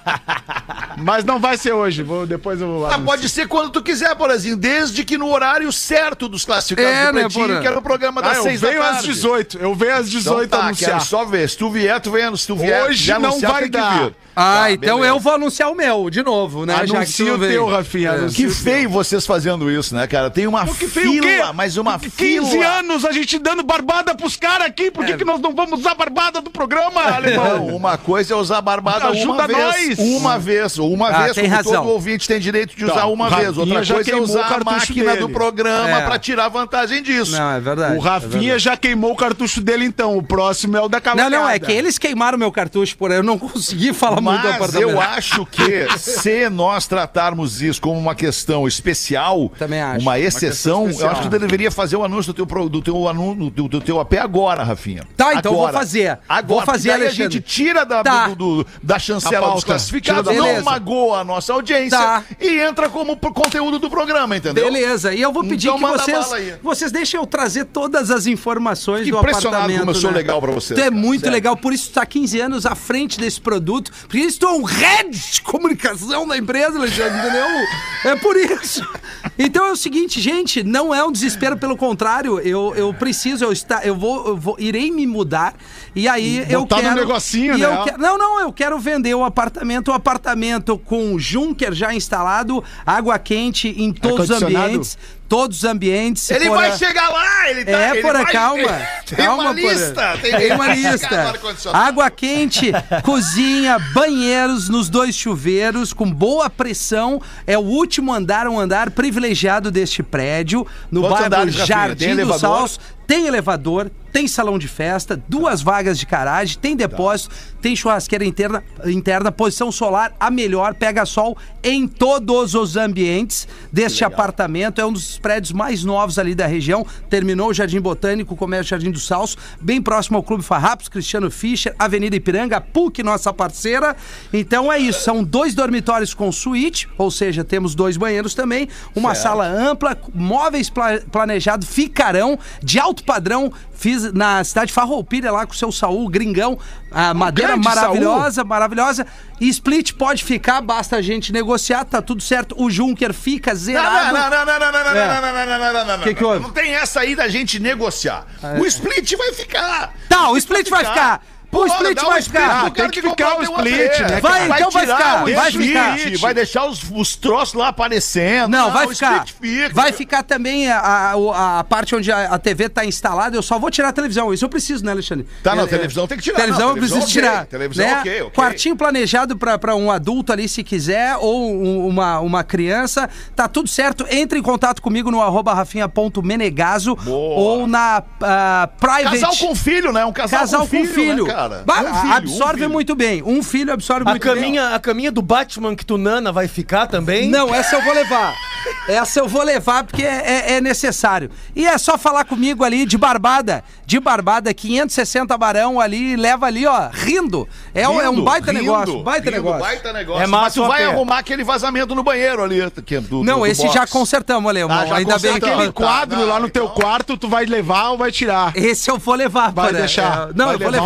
Speaker 7: Mas não vai ser hoje, vou, depois eu vou.
Speaker 5: Ah, pode ser quando tu quiser, Porazinho, desde que no horário certo dos classificados
Speaker 4: é,
Speaker 5: do
Speaker 4: né,
Speaker 5: Pretinho,
Speaker 4: Porã?
Speaker 5: que era o programa das
Speaker 7: ah,
Speaker 5: seis da tarde.
Speaker 7: Eu venho às dezoito, eu venho às dezoito
Speaker 5: então, tá,
Speaker 7: anunciar.
Speaker 5: Quero só ver, se tu vier, tu vem, se tu vier,
Speaker 7: hoje
Speaker 5: já
Speaker 7: não
Speaker 5: anunciar,
Speaker 7: vai
Speaker 5: tem que
Speaker 7: dar.
Speaker 5: vir.
Speaker 4: Ah,
Speaker 5: Tá,
Speaker 4: então
Speaker 5: beleza.
Speaker 4: eu vou anunciar o meu, de novo, né?
Speaker 7: Anuncia
Speaker 4: já que tu
Speaker 7: o
Speaker 4: veio.
Speaker 7: teu, Rafinha.
Speaker 4: É.
Speaker 5: Que feio vocês fazendo isso, né, cara? Tem uma
Speaker 7: Que feio o quê?
Speaker 5: fila, mas uma
Speaker 7: quinze
Speaker 5: fila.
Speaker 7: anos a gente dando barbada pros caras aqui, por que,
Speaker 4: É.
Speaker 7: que nós não vamos usar a barbada do programa, Alemão?
Speaker 5: Não, uma coisa é usar barbada
Speaker 7: Ajuda
Speaker 5: uma vez.
Speaker 7: nós.
Speaker 5: Uma vez, uma
Speaker 4: Ah,
Speaker 5: vez,
Speaker 4: tem
Speaker 5: como
Speaker 4: razão.
Speaker 5: todo ouvinte tem direito de usar
Speaker 7: Tá,
Speaker 5: uma
Speaker 7: o
Speaker 5: vez.
Speaker 7: Rafinha
Speaker 5: Outra
Speaker 7: já
Speaker 5: coisa é
Speaker 7: queimou
Speaker 5: usar
Speaker 7: o
Speaker 5: a
Speaker 7: cartucho
Speaker 5: máquina
Speaker 7: dele.
Speaker 5: do programa
Speaker 4: É.
Speaker 5: pra tirar vantagem disso.
Speaker 4: Não, é verdade.
Speaker 7: O Rafinha já queimou o cartucho dele, então. O próximo é o da
Speaker 4: Não,
Speaker 7: Cavalhada.
Speaker 4: não, é que eles queimaram meu cartucho, por aí eu não consegui falar muito do
Speaker 5: Mas
Speaker 4: apartamento.
Speaker 5: eu acho que se nós tratarmos isso como uma questão especial,
Speaker 4: Também acho.
Speaker 5: uma exceção,
Speaker 7: Uma questão
Speaker 5: eu acho que tu deveria fazer o anúncio do teu, pro- do teu, anúncio, do, do teu A P agora, Rafinha.
Speaker 4: Tá, então eu vou
Speaker 5: Agora.
Speaker 4: fazer.
Speaker 5: Agora,
Speaker 4: Vou fazer,
Speaker 5: daí a
Speaker 4: Alexandre.
Speaker 5: gente tira da,
Speaker 4: Tá.
Speaker 5: do, do- da chancela
Speaker 7: A pauta.
Speaker 5: dos classificados,
Speaker 4: Tira da-
Speaker 5: não
Speaker 4: Beleza.
Speaker 5: magoa a nossa audiência
Speaker 4: Tá.
Speaker 5: e entra como pro conteúdo do programa, entendeu?
Speaker 4: Beleza, e eu vou pedir
Speaker 5: Então
Speaker 4: que
Speaker 5: manda
Speaker 4: vocês,
Speaker 5: bala aí.
Speaker 4: vocês deixem eu trazer todas as informações
Speaker 5: Fiquei
Speaker 4: do
Speaker 5: impressionado
Speaker 4: apartamento.
Speaker 5: como eu sou
Speaker 4: né?
Speaker 5: legal pra vocês,
Speaker 4: Tu é
Speaker 5: cara,
Speaker 4: muito
Speaker 5: sério.
Speaker 4: legal, por isso tu tá quinze anos à frente desse produto, porque isso tu é um head de comunicação da empresa, Alexandre, entendeu? É por isso. Então é o seguinte, gente, não é um desespero, pelo contrário, eu, eu preciso, eu, está, eu, vou, eu vou, irei me mudar, e aí eu
Speaker 7: Botar no
Speaker 4: quero...
Speaker 7: negocinho,
Speaker 4: e
Speaker 7: né?
Speaker 4: eu quero- não, não, eu quero vender o apartamento, o apartamento com Junker já instalado, água quente em todos os
Speaker 7: Ar-condicionado?
Speaker 4: ambientes, todos os ambientes. se
Speaker 5: Ele
Speaker 4: for
Speaker 5: vai
Speaker 4: a-
Speaker 5: chegar lá, ele tá...
Speaker 4: É,
Speaker 5: ele
Speaker 4: Porã,
Speaker 5: vai-
Speaker 4: calma.
Speaker 5: Tem
Speaker 4: calma,
Speaker 5: uma
Speaker 4: Porã.
Speaker 5: lista.
Speaker 4: Tem uma
Speaker 5: Cara,
Speaker 4: lista.
Speaker 5: ar-condicionado.
Speaker 4: Água quente, cozinha, banheiros nos dois chuveiros, com boa pressão. É o último andar, um andar privilegiado deste prédio, no
Speaker 5: Quantos
Speaker 4: bairro
Speaker 5: andares, Rafinha?
Speaker 4: Jardim
Speaker 5: Tem
Speaker 4: do
Speaker 5: elevador?
Speaker 4: Salso. Tem elevador, tem salão de festa, duas vagas de garagem, tem depósito, tem churrasqueira interna, interna, posição solar, a melhor, pega sol em todos os ambientes deste apartamento. É um dos prédios mais novos ali da região. Terminou o Jardim Botânico, o Comércio Jardim do Salso, bem próximo ao Clube Farrapos, Cristiano Fischer, Avenida Ipiranga, P U C, nossa parceira. Então é isso, são dois dormitórios com suíte, ou seja, temos dois banheiros também, uma sala ampla, móveis pla- planejados, ficarão de alto padrão. Fiz na cidade de Farroupilha lá com o seu Saul, gringão, a madeira
Speaker 7: grande
Speaker 4: maravilhosa, maravilhosa. E split pode ficar, basta a gente negociar, tá tudo certo. O Junker fica
Speaker 5: Não,
Speaker 4: zerado.
Speaker 5: não, não, não, não, não, não, não,
Speaker 4: É.
Speaker 5: não, não, não, não, não, não, não.
Speaker 4: Que que houve?
Speaker 5: Não tem essa aí da gente negociar. O split vai ficar.
Speaker 4: Tá, o split vai ficar. O
Speaker 5: Porra,
Speaker 4: split
Speaker 5: dá um
Speaker 4: vai
Speaker 5: split
Speaker 4: ficar.
Speaker 5: pro
Speaker 7: Ah,
Speaker 5: cara
Speaker 7: tem que
Speaker 5: que
Speaker 7: ficar
Speaker 5: comprou
Speaker 7: o
Speaker 5: teu
Speaker 7: split,
Speaker 5: A P.
Speaker 7: né,
Speaker 4: Vai,
Speaker 7: cara?
Speaker 4: então vai
Speaker 5: tirar
Speaker 4: ficar,
Speaker 5: o
Speaker 4: vai
Speaker 5: split,
Speaker 4: ficar.
Speaker 5: Vai deixar os, os troços lá aparecendo.
Speaker 4: Não, vai
Speaker 5: o
Speaker 4: ficar.
Speaker 5: split fica.
Speaker 4: Vai ficar também a, a, a parte onde a, a T V tá instalada. Eu só vou tirar a televisão. Isso eu preciso, né, Alexandre?
Speaker 5: Tá, não,
Speaker 4: É,
Speaker 5: televisão tem que tirar.
Speaker 4: Televisão
Speaker 5: Não,
Speaker 4: eu preciso
Speaker 5: televisão,
Speaker 4: tirar.
Speaker 5: ok. Televisão,
Speaker 4: né?
Speaker 5: ok, ok.
Speaker 4: Quartinho planejado pra, pra um adulto ali, se quiser, ou um- uma, uma criança. Tá tudo certo. Entre em contato comigo no arroba rafinha.menegaso
Speaker 5: Boa.
Speaker 4: ou na ah, private...
Speaker 5: Casal com filho, né? Um casal,
Speaker 4: Casal
Speaker 5: com filho,
Speaker 4: filho.
Speaker 5: né, cara?
Speaker 4: Ba-
Speaker 5: Um filho,
Speaker 4: absorve
Speaker 5: um filho.
Speaker 4: muito bem. Um filho absorve
Speaker 6: A
Speaker 4: muito bem.
Speaker 6: caminha, a caminha do Batman que tu nana vai ficar também?
Speaker 4: Não, essa eu vou levar. Essa eu vou levar porque é, é- é necessário. E é só falar comigo ali de Barbada. De Barbada, quinhentos e sessenta Barão ali, leva ali, ó, rindo. É, um- é um
Speaker 5: Rindo,
Speaker 4: baita
Speaker 5: rindo,
Speaker 4: negócio. Baita
Speaker 5: rindo,
Speaker 4: negócio.
Speaker 5: Baita negócio.
Speaker 6: É massa
Speaker 5: Mas tu
Speaker 6: o
Speaker 5: vai
Speaker 6: A P.
Speaker 5: arrumar aquele vazamento no banheiro ali. Que é do,
Speaker 4: Não,
Speaker 5: do, do
Speaker 4: esse
Speaker 5: box.
Speaker 4: já consertamos, Alemão.
Speaker 5: Ah, já
Speaker 4: Ainda bem que.
Speaker 5: consertamos.
Speaker 7: Aquele quadro
Speaker 5: Tá,
Speaker 7: lá
Speaker 5: não,
Speaker 7: no teu
Speaker 5: então-
Speaker 7: quarto, tu vai levar ou vai tirar?
Speaker 4: Esse eu vou levar,
Speaker 7: Vai
Speaker 4: Porã.
Speaker 7: deixar.
Speaker 4: É, não,
Speaker 7: Vai
Speaker 4: eu vou
Speaker 7: levar
Speaker 4: levar.
Speaker 7: o-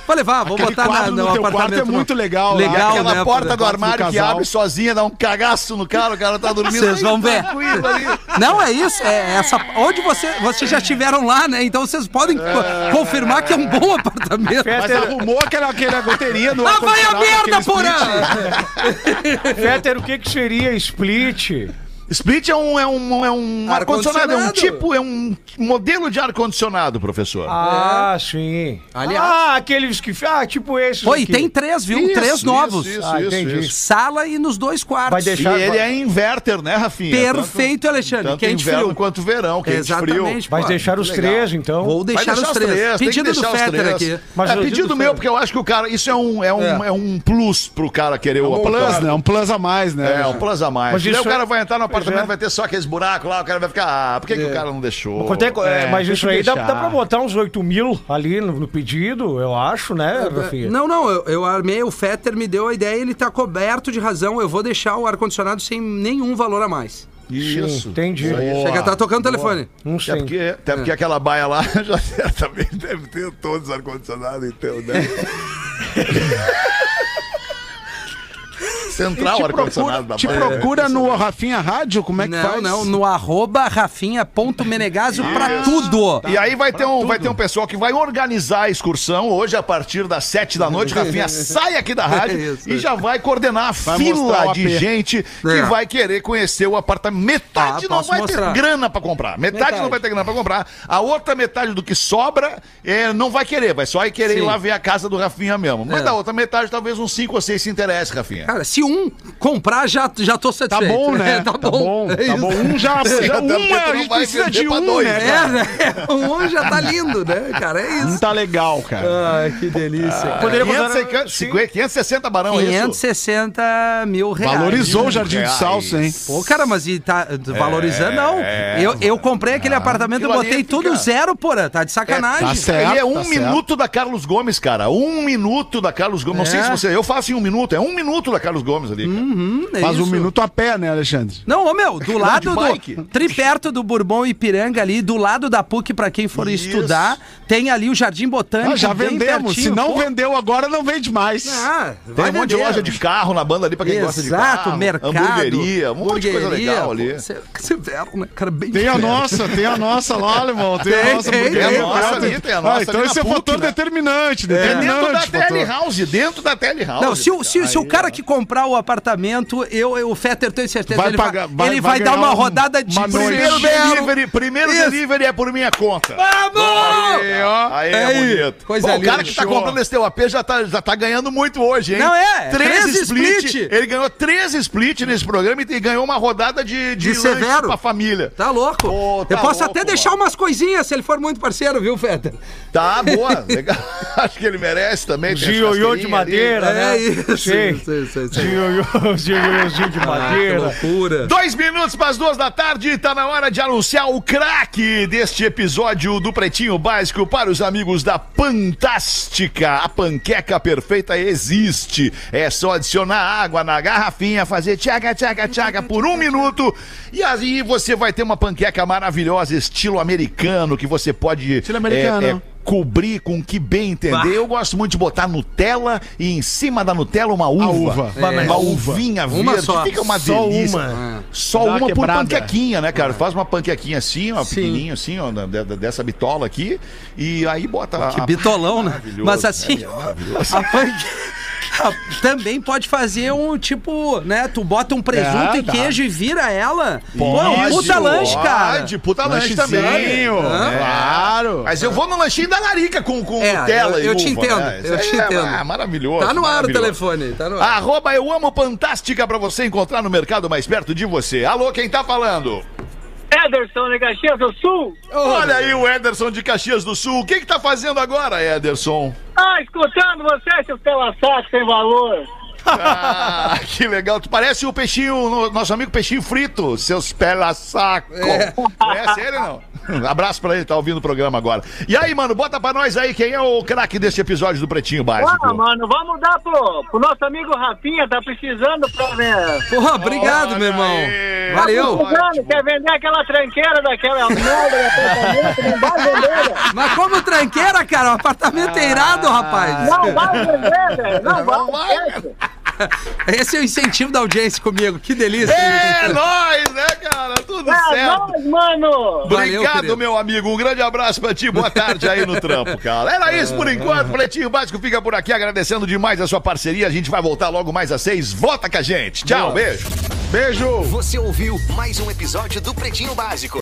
Speaker 4: Vou levar, vou
Speaker 7: Aquele
Speaker 4: botar na,
Speaker 7: quadro
Speaker 4: no
Speaker 7: no teu quarto
Speaker 4: apartamento.
Speaker 7: é muito legal.
Speaker 4: Legal,
Speaker 7: lá.
Speaker 5: Aquela
Speaker 4: né,
Speaker 5: porta
Speaker 4: por-
Speaker 5: do armário
Speaker 7: do
Speaker 5: que
Speaker 7: casal.
Speaker 5: abre sozinha, dá um cagaço no cara, o cara tá dormindo.
Speaker 4: Vocês vão ver.
Speaker 5: Tranquilo ali.
Speaker 4: Não, é isso. É essa. Onde você, vocês já estiveram lá, né? Então vocês podem co- confirmar que é um bom apartamento.
Speaker 7: Mas arrumou aquela, aquela goteirinha no
Speaker 4: Ah, vai a
Speaker 7: ar-condicionado,
Speaker 4: merda,
Speaker 7: aquele split.
Speaker 4: porra!
Speaker 6: Fetter, o que que seria split?
Speaker 5: Split é um, é um, é um ar-condicionado, é um
Speaker 4: Ar-condicionado.
Speaker 5: tipo, é um modelo de ar-condicionado, professor.
Speaker 6: Ah, sim.
Speaker 4: Aliás.
Speaker 6: Ah, aqueles que... Ah, tipo esses
Speaker 4: Pô, e
Speaker 6: aqui.
Speaker 4: tem três, viu?
Speaker 5: Isso,
Speaker 4: três
Speaker 5: isso,
Speaker 4: novos.
Speaker 5: isso,
Speaker 6: Ah,
Speaker 5: isso,
Speaker 6: entendi.
Speaker 5: isso.
Speaker 4: Sala e nos dois quartos.
Speaker 6: Vai
Speaker 5: E
Speaker 6: deixar...
Speaker 5: ele é inverter, né, Rafinha?
Speaker 4: Perfeito, Alexandre.
Speaker 5: Tanto
Speaker 4: Quente
Speaker 5: inverno
Speaker 4: frio.
Speaker 5: quanto verão, quente
Speaker 4: Exatamente.
Speaker 5: frio.
Speaker 6: Vai
Speaker 4: pô.
Speaker 6: deixar os
Speaker 5: legal.
Speaker 6: três, então.
Speaker 4: Vou
Speaker 5: Vai
Speaker 4: deixar, os três.
Speaker 5: tem que
Speaker 4: Pedido do
Speaker 5: deixar os
Speaker 4: Fetter
Speaker 5: três.
Speaker 4: aqui.
Speaker 6: Mas
Speaker 5: é
Speaker 6: eu
Speaker 5: pedido
Speaker 6: digo
Speaker 5: meu,
Speaker 6: Fetter.
Speaker 5: porque eu acho que o cara, isso é um, é um,
Speaker 4: É.
Speaker 5: é. um plus pro cara querer o
Speaker 7: Um plus,
Speaker 5: apartamento.
Speaker 7: né? Um plus a mais, né?
Speaker 5: É, um plus a mais.
Speaker 6: Mas
Speaker 5: Daí
Speaker 6: isso
Speaker 5: o cara
Speaker 6: é-
Speaker 5: vai entrar no
Speaker 6: Pois
Speaker 5: apartamento,
Speaker 6: é.
Speaker 5: vai ter só aqueles buracos lá, o cara vai ficar, ah, por que, que o cara não deixou?
Speaker 6: Quanto é que- é,
Speaker 7: É,
Speaker 6: mas
Speaker 7: tem
Speaker 6: isso
Speaker 7: que
Speaker 6: aí dá,
Speaker 7: deixar.
Speaker 6: dá pra botar uns oito mil ali no, no pedido, eu acho, né, Rafinha?
Speaker 4: Não, não, eu, eu armei, o Fetter me deu a ideia, ele tá coberto de razão. Eu vou deixar o ar-condicionado sem nenhum valor a mais.
Speaker 5: Isso.
Speaker 6: Entendi.
Speaker 4: Chega, tá tocando o telefone.
Speaker 6: Não
Speaker 5: Até
Speaker 6: sei.
Speaker 5: porque, até porque aquela baia lá já certamente deve ter todos os ar-condicionados, então, né? Central
Speaker 7: te
Speaker 5: ar-condicionado
Speaker 7: procura,
Speaker 5: da
Speaker 7: te
Speaker 5: baia.
Speaker 7: procura no Rafinha Rádio? Como é que
Speaker 4: Não,
Speaker 7: faz?
Speaker 4: não, no arroba rafinha.menegaso pra tudo.
Speaker 5: E aí vai ter, um, vai ter um pessoal que vai organizar a excursão hoje a partir das sete da noite. Rafinha sai aqui da rádio
Speaker 4: Isso.
Speaker 5: e já vai coordenar a
Speaker 7: Vai
Speaker 5: fila
Speaker 7: mostrar o
Speaker 5: de
Speaker 7: A P.
Speaker 5: gente que
Speaker 4: É.
Speaker 5: vai querer conhecer o apartamento. Metade
Speaker 4: Ah,
Speaker 5: não
Speaker 4: posso
Speaker 5: vai
Speaker 4: mostrar.
Speaker 5: ter grana pra comprar. Metade,
Speaker 4: Metade.
Speaker 5: não vai ter grana pra comprar. A outra metade do que sobra é, não vai querer, vai só ir querer ir
Speaker 4: Sim.
Speaker 5: lá ver a casa do Rafinha mesmo. Mas
Speaker 4: É.
Speaker 5: da outra metade, talvez uns cinco ou seis se interesse, Rafinha.
Speaker 4: Cara, se um comprar, já, já tô
Speaker 7: Tá
Speaker 4: satisfeito.
Speaker 7: bom, né?
Speaker 4: É, tá, bom. É
Speaker 7: Tá
Speaker 4: isso.
Speaker 7: bom. Um já.
Speaker 5: Até
Speaker 7: um,
Speaker 5: porque
Speaker 7: é,
Speaker 5: tu
Speaker 7: a
Speaker 5: não
Speaker 7: gente
Speaker 5: vai
Speaker 7: precisa
Speaker 5: vender
Speaker 7: de
Speaker 5: pra
Speaker 7: um,
Speaker 5: dois,
Speaker 7: né?
Speaker 5: né?
Speaker 4: É, né? Um já tá lindo, né, cara? É
Speaker 7: Um
Speaker 4: isso.
Speaker 7: tá legal, cara.
Speaker 4: Ai, que delícia.
Speaker 6: Poderia
Speaker 5: quinhentos
Speaker 6: botar-
Speaker 5: e cinquenta, quinhentos e sessenta barão, é isso?
Speaker 4: quinhentos e sessenta mil reais.
Speaker 7: Valorizou o Jardim
Speaker 5: reais.
Speaker 7: de Salsa, hein?
Speaker 4: Pô, cara, mas e tá valorizando, não. Eu, eu comprei aquele apartamento e
Speaker 5: aquilo ali
Speaker 4: botei
Speaker 5: fica-
Speaker 4: tudo zero, porra. Tá de sacanagem.
Speaker 7: tá certo.
Speaker 5: Aí é um
Speaker 7: tá
Speaker 5: minuto da Carlos Gomes, cara. Um minuto da Carlos Gomes. Não sei
Speaker 4: É.
Speaker 5: se você. Eu faço em um minuto. É um minuto da Carlos Gomes ali. Cara.
Speaker 4: Hum, é
Speaker 7: Faz um
Speaker 4: isso.
Speaker 7: minuto a pé, né, Alexandre?
Speaker 4: Não, ô meu, do lado
Speaker 5: de bike.
Speaker 4: do. Tri perto do Bourbon Ipiranga ali, do lado da P U C, pra quem for
Speaker 5: Isso.
Speaker 4: estudar, tem ali o Jardim Botânico.
Speaker 7: Ah, já
Speaker 4: bem
Speaker 7: vendemos.
Speaker 4: pertinho.
Speaker 7: Se não
Speaker 4: Pô,
Speaker 7: vendeu agora, não vende mais.
Speaker 4: Ah,
Speaker 5: Tem
Speaker 4: vai
Speaker 5: um monte de
Speaker 4: vender.
Speaker 5: loja de carro na banda ali pra quem gosta de
Speaker 4: Exato,
Speaker 5: carro.
Speaker 4: mercado.
Speaker 5: Hamburgueria, um monte de coisa
Speaker 4: hamburgueria.
Speaker 5: legal ali.
Speaker 4: Pô, Você você vero, né? Cara, bem
Speaker 8: Tem a
Speaker 4: diferente.
Speaker 8: nossa, tem a nossa lá, alemão. Tem,
Speaker 4: Tem,
Speaker 8: a nossa
Speaker 4: tem,
Speaker 8: hamburgueria.
Speaker 5: tem a nossa ali, tem a nossa
Speaker 8: Ah,
Speaker 5: ali
Speaker 8: então
Speaker 5: na
Speaker 8: esse é
Speaker 5: P U C,
Speaker 8: fator
Speaker 5: né?
Speaker 8: determinante,
Speaker 5: É
Speaker 8: determinante.
Speaker 5: dentro da
Speaker 8: fator.
Speaker 5: Telehouse, dentro da Telehouse.
Speaker 4: Não, se, o- se, se o cara que comprar o apartamento, eu, eu o Fetter, tenho certeza,
Speaker 7: Vai
Speaker 4: ele
Speaker 7: pagar-
Speaker 4: vai,
Speaker 7: vai-
Speaker 4: ele
Speaker 7: vai
Speaker 4: vai, dar
Speaker 7: ganhar
Speaker 4: uma
Speaker 7: um-
Speaker 4: rodada de
Speaker 7: uma noite.
Speaker 5: Primeiro
Speaker 4: zero.
Speaker 5: delivery, primeiro
Speaker 4: Isso.
Speaker 5: delivery é por minha conta.
Speaker 4: Vamos!
Speaker 5: Aí, ó. Aí é
Speaker 4: Aí,
Speaker 5: bonito.
Speaker 4: coisa
Speaker 5: Bom, o cara
Speaker 4: linda.
Speaker 5: que tá
Speaker 4: Show.
Speaker 5: comprando esse teu A P já tá, já tá ganhando muito hoje, hein?
Speaker 4: Não é?
Speaker 5: Três
Speaker 4: Três
Speaker 5: split.
Speaker 4: split.
Speaker 5: Ele ganhou três split nesse programa e ganhou uma rodada de, de,
Speaker 4: De
Speaker 5: lanche
Speaker 4: severo.
Speaker 5: pra família.
Speaker 4: Tá louco?
Speaker 5: Pô, tá
Speaker 4: eu posso
Speaker 5: louco,
Speaker 4: até deixar
Speaker 5: mano.
Speaker 4: umas coisinhas se ele for muito parceiro, viu, Fetter?
Speaker 5: Tá, boa. Legal. Acho que ele merece também. tem a
Speaker 6: Gioiô de
Speaker 5: churrasqueirinha
Speaker 6: madeira,
Speaker 5: ali.
Speaker 6: né?
Speaker 4: É isso,
Speaker 6: Sim.
Speaker 4: isso, isso, isso.
Speaker 6: Gioiô, gioiôzinho de
Speaker 4: Ah, que
Speaker 6: madeira.
Speaker 4: loucura.
Speaker 5: Dois minutos para as duas da tarde, tá na hora de anunciar o craque deste episódio do Pretinho Básico para os amigos da Fantástica. A panqueca perfeita existe. É só adicionar água na garrafinha, fazer tchaca, tchaca, tchaca por um minuto e aí você vai ter uma panqueca maravilhosa, estilo americano, que você pode...
Speaker 7: Estilo americano.
Speaker 5: é, é, cobrir com o que bem entender. Eu gosto muito de botar Nutella e em cima da Nutella uma uva.
Speaker 7: uva.
Speaker 5: Uma,
Speaker 4: É.
Speaker 5: uma uvinha
Speaker 4: Uma
Speaker 5: verde.
Speaker 4: só.
Speaker 5: Fica uma
Speaker 6: Só
Speaker 5: delícia.
Speaker 6: uma.
Speaker 5: Só
Speaker 7: Dá uma
Speaker 5: uma por
Speaker 7: quebrada.
Speaker 5: panquequinha, né, cara? Faz uma panquequinha assim, ó,
Speaker 4: Sim.
Speaker 5: pequenininho assim, ó, da- da- dessa bitola aqui. E aí bota...
Speaker 4: Que
Speaker 5: a-
Speaker 4: bitolão, né?
Speaker 5: Maravilhoso,
Speaker 4: Mas assim,
Speaker 5: é maravilhoso.
Speaker 4: a panque- a- também pode fazer um tipo, né? Tu bota um presunto
Speaker 7: É,
Speaker 4: e
Speaker 7: dá.
Speaker 4: queijo e vira ela. Pô,
Speaker 5: Pode,
Speaker 4: um puta lanche, cara.
Speaker 5: Pode, puta lanche também.
Speaker 7: Lanchezinho,
Speaker 5: É.
Speaker 7: claro.
Speaker 5: Mas eu vou no lanchinho da Larica com, com
Speaker 4: É,
Speaker 5: Nutella
Speaker 4: eu-
Speaker 5: e
Speaker 4: eu te
Speaker 5: uva,
Speaker 4: entendo,
Speaker 5: né?
Speaker 4: eu
Speaker 5: Isso
Speaker 4: te
Speaker 5: é,
Speaker 4: entendo.
Speaker 5: ah, maravilhoso.
Speaker 4: Tá no ar o
Speaker 5: maravilhoso.
Speaker 4: telefone, tá no ar.
Speaker 5: Arroba Eu Amo Fantástica pra você encontrar no mercado mais perto de você. Alô, quem tá falando?
Speaker 11: Ederson de Caxias do Sul.
Speaker 5: Olha aí o Ederson de Caxias do Sul. O que que tá fazendo agora, Ederson?
Speaker 11: Ah, escutando vocês, seus pela saco sem valor.
Speaker 5: Ah, que legal. Tu parece o peixinho, nosso amigo peixinho frito, seus pela saco. É. Conhece ele ou não? Um abraço pra ele, tá ouvindo o programa agora. E aí, mano, bota pra nós aí quem é o craque desse episódio do Pretinho Básico.
Speaker 11: Ah, mano, vamos dar pro, pro nosso amigo Rafinha, tá precisando pra ver.
Speaker 4: Porra, obrigado, Olha meu irmão. Aí. Valeu.
Speaker 11: Tá precisando, quer vender aquela tranqueira daquela merda do apartamento, não vai vender.
Speaker 4: Mas como tranqueira, cara? O apartamento é irado, rapaz.
Speaker 11: Não vai vender, velho. Não, não vai. vai.
Speaker 4: Esse é o incentivo da audiência comigo, que delícia.
Speaker 5: É nóis, né, cara? Tudo
Speaker 11: é
Speaker 5: certo.
Speaker 11: É nóis, mano.
Speaker 5: Obrigado,
Speaker 4: Valeu,
Speaker 5: meu amigo. Um grande abraço pra ti. Boa tarde aí no trampo, cara. Era isso por enquanto. Pretinho Básico fica por aqui agradecendo demais a sua parceria. A gente vai voltar logo mais às seis. Vota com a gente. Tchau, beijo.
Speaker 7: Beijo.
Speaker 10: Você ouviu mais um episódio do Pretinho Básico.